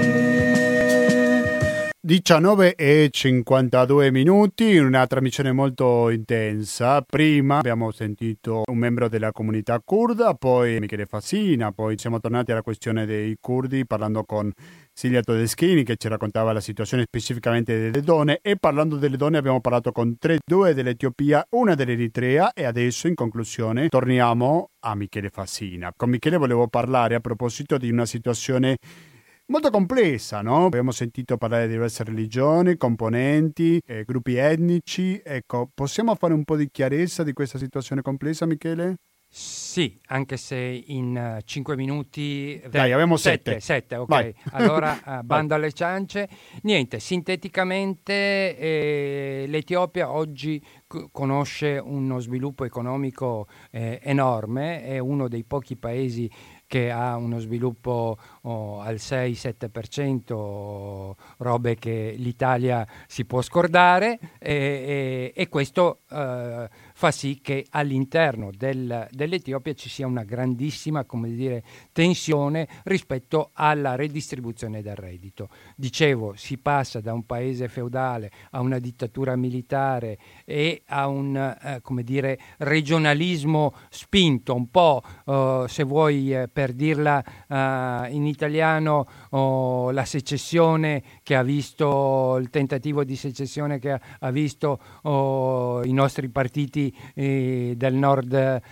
H: hear.
A: diciannove e cinquantadue minuti, una trasmissione molto intensa. Prima abbiamo sentito un membro della comunità curda, poi Michele Fassina, poi siamo tornati alla questione dei curdi parlando con Silvia Todeschini che ci raccontava la situazione specificamente delle donne, e parlando delle donne abbiamo parlato con tre, due dell'Etiopia, una dell'Eritrea, e adesso in conclusione torniamo a Michele Fassina. Con Michele volevo parlare a proposito di una situazione molto complessa, no? Abbiamo sentito parlare di diverse religioni, componenti, eh, gruppi etnici. Ecco, possiamo fare un po' di chiarezza di questa situazione complessa, Michele?
C: Sì, anche se in cinque minuti...
A: Dai, abbiamo sette.
C: Sette, ok.
A: Vai.
C: Allora, uh, bando alle ciance. Niente, sinteticamente eh, l'Etiopia oggi c- conosce uno sviluppo economico eh, enorme, è uno dei pochi paesi che ha uno sviluppo oh, al sei sette per cento, robe che l'Italia si può scordare, e, e, e questo eh, fa sì che all'interno del, dell'Etiopia ci sia una grandissima, come dire, tensione rispetto alla redistribuzione del reddito. Dicevo, si passa da un paese feudale a una dittatura militare e a un eh, come dire, regionalismo spinto, un po' eh, se vuoi eh, per dirla uh, in italiano, oh, la secessione che ha visto, il tentativo di secessione che ha, ha visto oh, i nostri partiti eh, del nord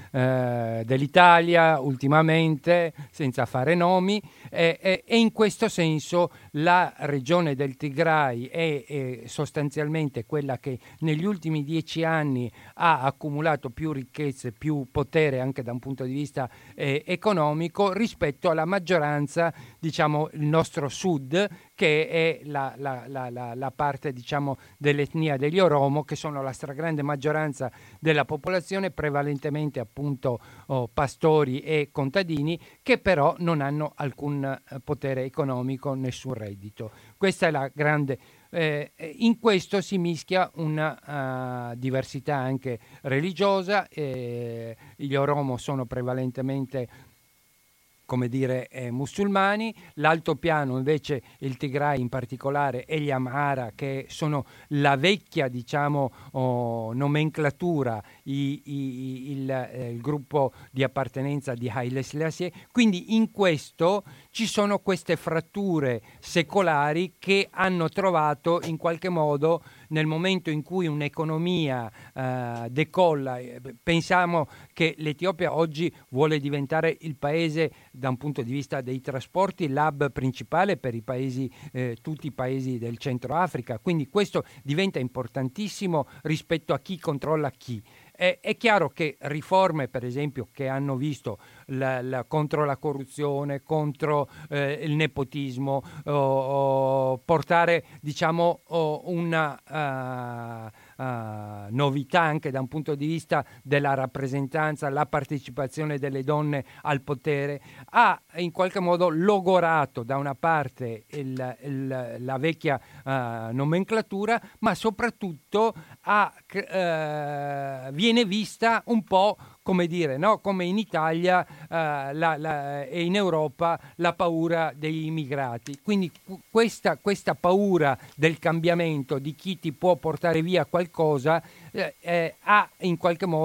C: eh, dell'Italia ultimamente, senza fare nomi, e, e, e in questo senso la regione del Tigray è, è sostanzialmente quella che negli ultimi dieci anni ha accumulato più ricchezze, più potere anche da un punto di vista eh, economico rispetto alla maggioranza, diciamo, il nostro sud, che è la, la, la, la, la parte, diciamo, dell'etnia degli Oromo, che sono la stragrande maggioranza della popolazione, prevalentemente appunto oh, pastori e contadini, che però non hanno alcun eh, potere economico, nessun reddito. Questa è la grande... Eh, in questo si mischia una uh, diversità anche religiosa. Eh, gli Oromo sono prevalentemente, come dire, eh, musulmani, l'altopiano invece, il Tigray in particolare, e gli Amhara, che sono la vecchia, diciamo, oh, nomenclatura, i, i, il, eh, il gruppo di appartenenza di Haile Selassie. Quindi in questo ci sono queste fratture secolari che hanno trovato in qualche modo, nel momento in cui un'economia eh, decolla, eh, pensiamo che l'Etiopia oggi vuole diventare il paese, da un punto di vista dei trasporti, l'hub principale per i paesi, eh, tutti i paesi del Centro Africa, quindi questo diventa importantissimo rispetto a chi controlla chi. È, è chiaro che riforme, per esempio, che hanno visto la, la, contro la corruzione, contro eh, il nepotismo, oh, oh, portare, diciamo, oh, una uh, uh, novità anche da un punto di vista della rappresentanza, la partecipazione delle donne al potere, ha in qualche modo logorato da una parte il, il, la vecchia uh, nomenclatura, ma soprattutto ha, uh, viene vista un po', come dire, no? Come in Italia uh, la, la, e in Europa la paura degli immigrati. Quindi questa, questa paura del cambiamento, di chi ti può portare via qualcosa, eh, eh, ha in qualche modo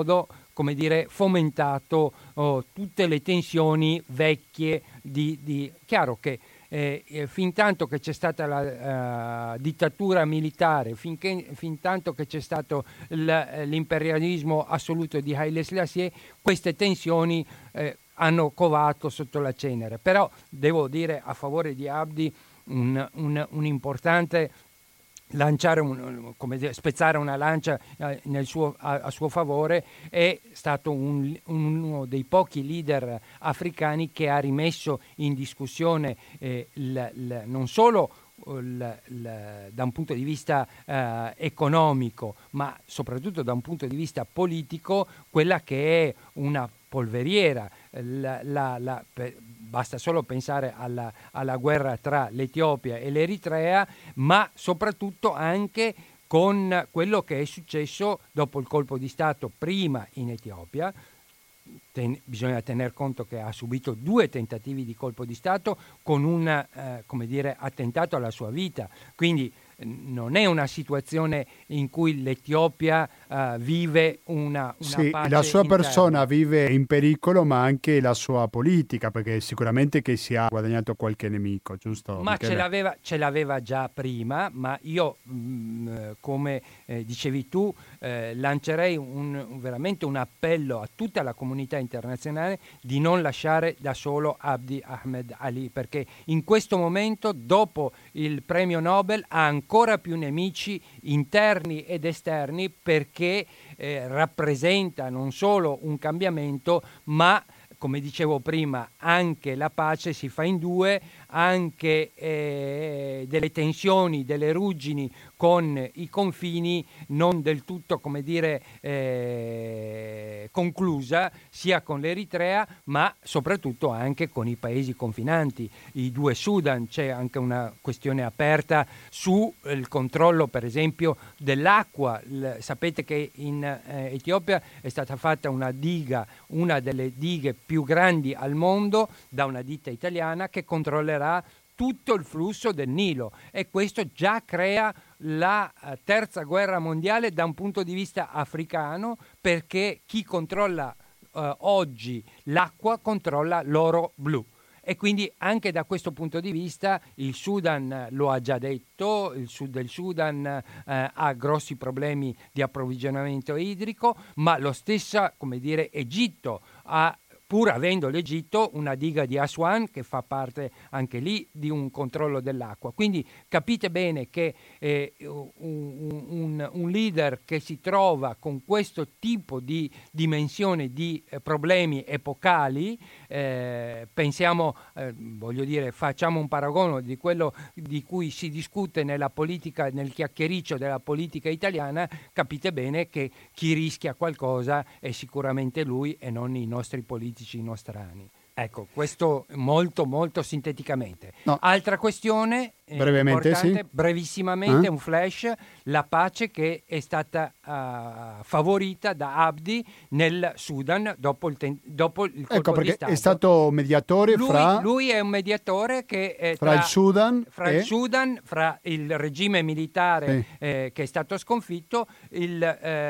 C: come dire, fomentato oh, tutte le tensioni vecchie di, di... Chiaro che eh, eh, fin tanto che c'è stata la uh, dittatura militare, finché, fin tanto che c'è stato l, l'imperialismo assoluto di Haile Selassie, queste tensioni eh, hanno covato sotto la cenere. Però devo dire a favore di Abdi un, un, un importante lanciare un, come dire, spezzare una lancia eh, nel suo, a, a suo favore. È stato un, uno dei pochi leader africani che ha rimesso in discussione eh, il, il, non solo il, il, da un punto di vista eh, economico, ma soprattutto da un punto di vista politico, quella che è una polveriera. La, la, la, per, basta solo pensare alla, alla guerra tra l'Etiopia e l'Eritrea, ma soprattutto anche con quello che è successo dopo il colpo di Stato prima in Etiopia. Ten, bisogna tener conto che ha subito due tentativi di colpo di Stato con un eh, come dire, attentato alla sua vita, quindi non è una situazione in cui l'Etiopia uh, vive una, una
A: sì,
C: pace
A: la sua
C: interna.
A: persona vive in pericolo, ma anche la sua politica, perché sicuramente che si ha guadagnato qualche nemico, giusto?
C: Ma
A: Michele?
C: ce l'aveva, ce l'aveva già prima, ma io, mh, come eh, dicevi tu, eh, lancerei un, un, veramente un appello a tutta la comunità internazionale di non lasciare da solo Abdi Ahmed Ali, perché in questo momento, dopo il premio Nobel, ha ancora più nemici interni ed esterni, perché eh, rappresenta non solo un cambiamento, ma, come dicevo prima, anche la pace si fa in due, anche eh, delle tensioni, delle ruggini con i confini non del tutto, come dire, eh, conclusa, sia con l'Eritrea, ma soprattutto anche con i paesi confinanti, i due Sudan. C'è anche una questione aperta sul controllo, per esempio, dell'acqua. L- sapete che in eh, Etiopia è stata fatta una diga, una delle dighe più grandi al mondo, da una ditta italiana, che controllerà tutto il flusso del Nilo, e questo già crea la terza guerra mondiale da un punto di vista africano, perché chi controlla eh, oggi l'acqua controlla l'oro blu. E quindi anche da questo punto di vista il Sudan, lo ha già detto, il sud del Sudan eh, ha grossi problemi di approvvigionamento idrico, ma lo stesso, come dire, Egitto ha, pur avendo l'Egitto, una diga di Aswan che fa parte anche lì di un controllo dell'acqua. Quindi capite bene che eh, un, un, un leader che si trova con questo tipo di dimensione di eh, problemi epocali, eh, pensiamo, eh, voglio dire, facciamo un paragone di quello di cui si discute nella politica, nel chiacchiericcio della politica italiana, capite bene che chi rischia qualcosa è sicuramente lui e non i nostri politici nostrani. Ecco, questo molto molto sinteticamente.
A: No.
C: Altra questione eh,
A: brevemente,
C: importante,
A: sì.
C: brevissimamente,
A: eh? un
C: flash: la pace che è stata uh, favorita da Abdi nel Sudan dopo il, ten- dopo il colpo
A: ecco, perché
C: di Stato.
A: è stato mediatore
C: lui,
A: fra
C: lui è un mediatore che è
A: fra
C: tra,
A: il Sudan
C: fra
A: e
C: il Sudan, fra il regime militare
A: sì.
C: eh, che è stato sconfitto, il,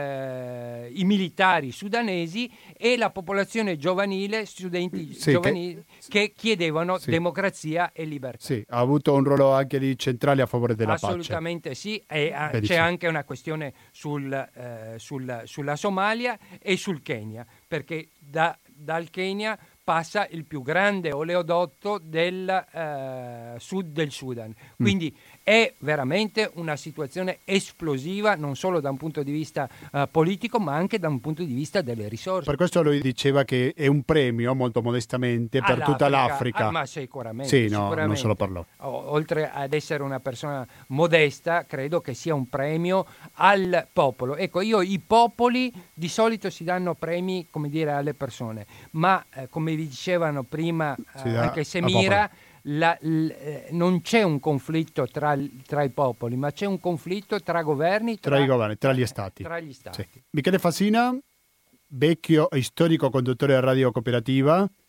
C: eh, i militari sudanesi e la popolazione giovanile, studenti
A: sì,
C: giovanili
A: che,
C: che chiedevano
A: sì.
C: democrazia e libertà.
A: Sì, ha avuto un ruolo anche lì centrale a favore della
C: Assolutamente
A: pace.
C: sì, e ah,
A: Beh,
C: c'è
A: sì.
C: anche una questione sul, eh, sul, sulla Somalia e sul Kenya, perché da, dal Kenya passa il più grande oleodotto del eh, sud del Sudan. Quindi mm. è veramente una situazione esplosiva, non solo da un punto di vista eh, politico, ma anche da un punto di vista delle risorse.
A: Per questo lui diceva che è un premio, molto modestamente, per
C: All'Africa.
A: tutta l'Africa.
C: Ah, ma sicuramente.
A: Sì, no,
C: sicuramente.
A: non solo per loro.
C: O, oltre ad essere una persona modesta, credo che sia un premio al popolo. Ecco, io i popoli di solito si danno premi, come dire, alle persone, ma eh, come vi dicevano prima eh, anche Semira, la, l, eh, non c'è un conflitto tra, tra i popoli, ma c'è un conflitto tra governi, tra,
A: tra i governi, tra gli stati.
C: Tra gli stati.
A: Sì. Michele Fassina, vecchio e storico conduttore della Radio Cooperativa,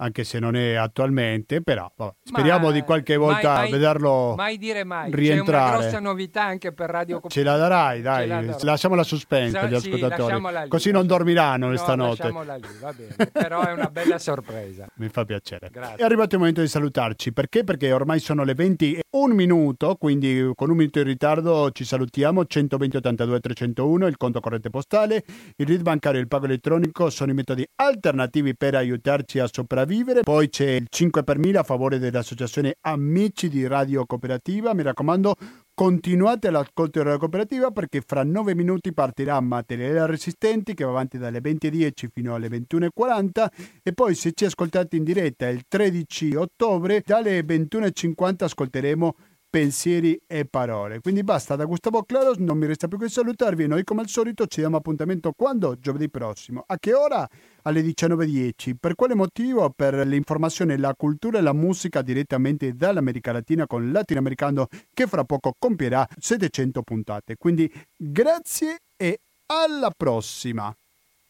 A: anche se non è attualmente, però vabbè, speriamo
C: Ma,
A: di qualche
C: eh,
A: volta
C: mai, mai,
A: vederlo
C: mai dire mai.
A: rientrare.
C: C'è una grossa novità anche per Radio Cooperativa.
A: Ce la darai, dai,
C: Ce la darò.
A: lasciamola sospesa
C: Sa-
A: agli
C: sì,
A: ascoltatori,
C: lasciamola lì,
A: così
C: lasciamo-
A: non dormiranno
C: No,
A: stanotte.
C: lasciamola lì, va bene. Però è una bella sorpresa.
A: Mi fa piacere.
C: Grazie.
A: È arrivato il momento di salutarci. Perché? Perché ormai sono le venti e un minuto, quindi con un minuto in ritardo ci salutiamo. centoventi ottantadue trecentouno, il conto corrente postale, il R I D bancario e il pago elettronico sono i metodi alternativi per aiutarci a sopravvivere. Poi c'è il cinque per mille a favore dell'associazione Amici di Radio Cooperativa. Mi raccomando, continuate l'ascolto di Radio Cooperativa perché fra nove minuti partirà Materiali Resistenti che va avanti dalle venti e dieci fino alle ventuno e quaranta e poi se ci ascoltate in diretta il tredici ottobre dalle ventuno e cinquanta ascolteremo Pensieri e Parole. Quindi basta, da Gustavo Claros non mi resta più che salutarvi e noi come al solito ci diamo appuntamento quando? Giovedì prossimo. A che ora? Alle diciannove e dieci. Per quale motivo? Per l'informazione, la cultura e la musica direttamente dall'America Latina con Latinoamericano che fra poco compierà settecento puntate. Quindi grazie e alla prossima!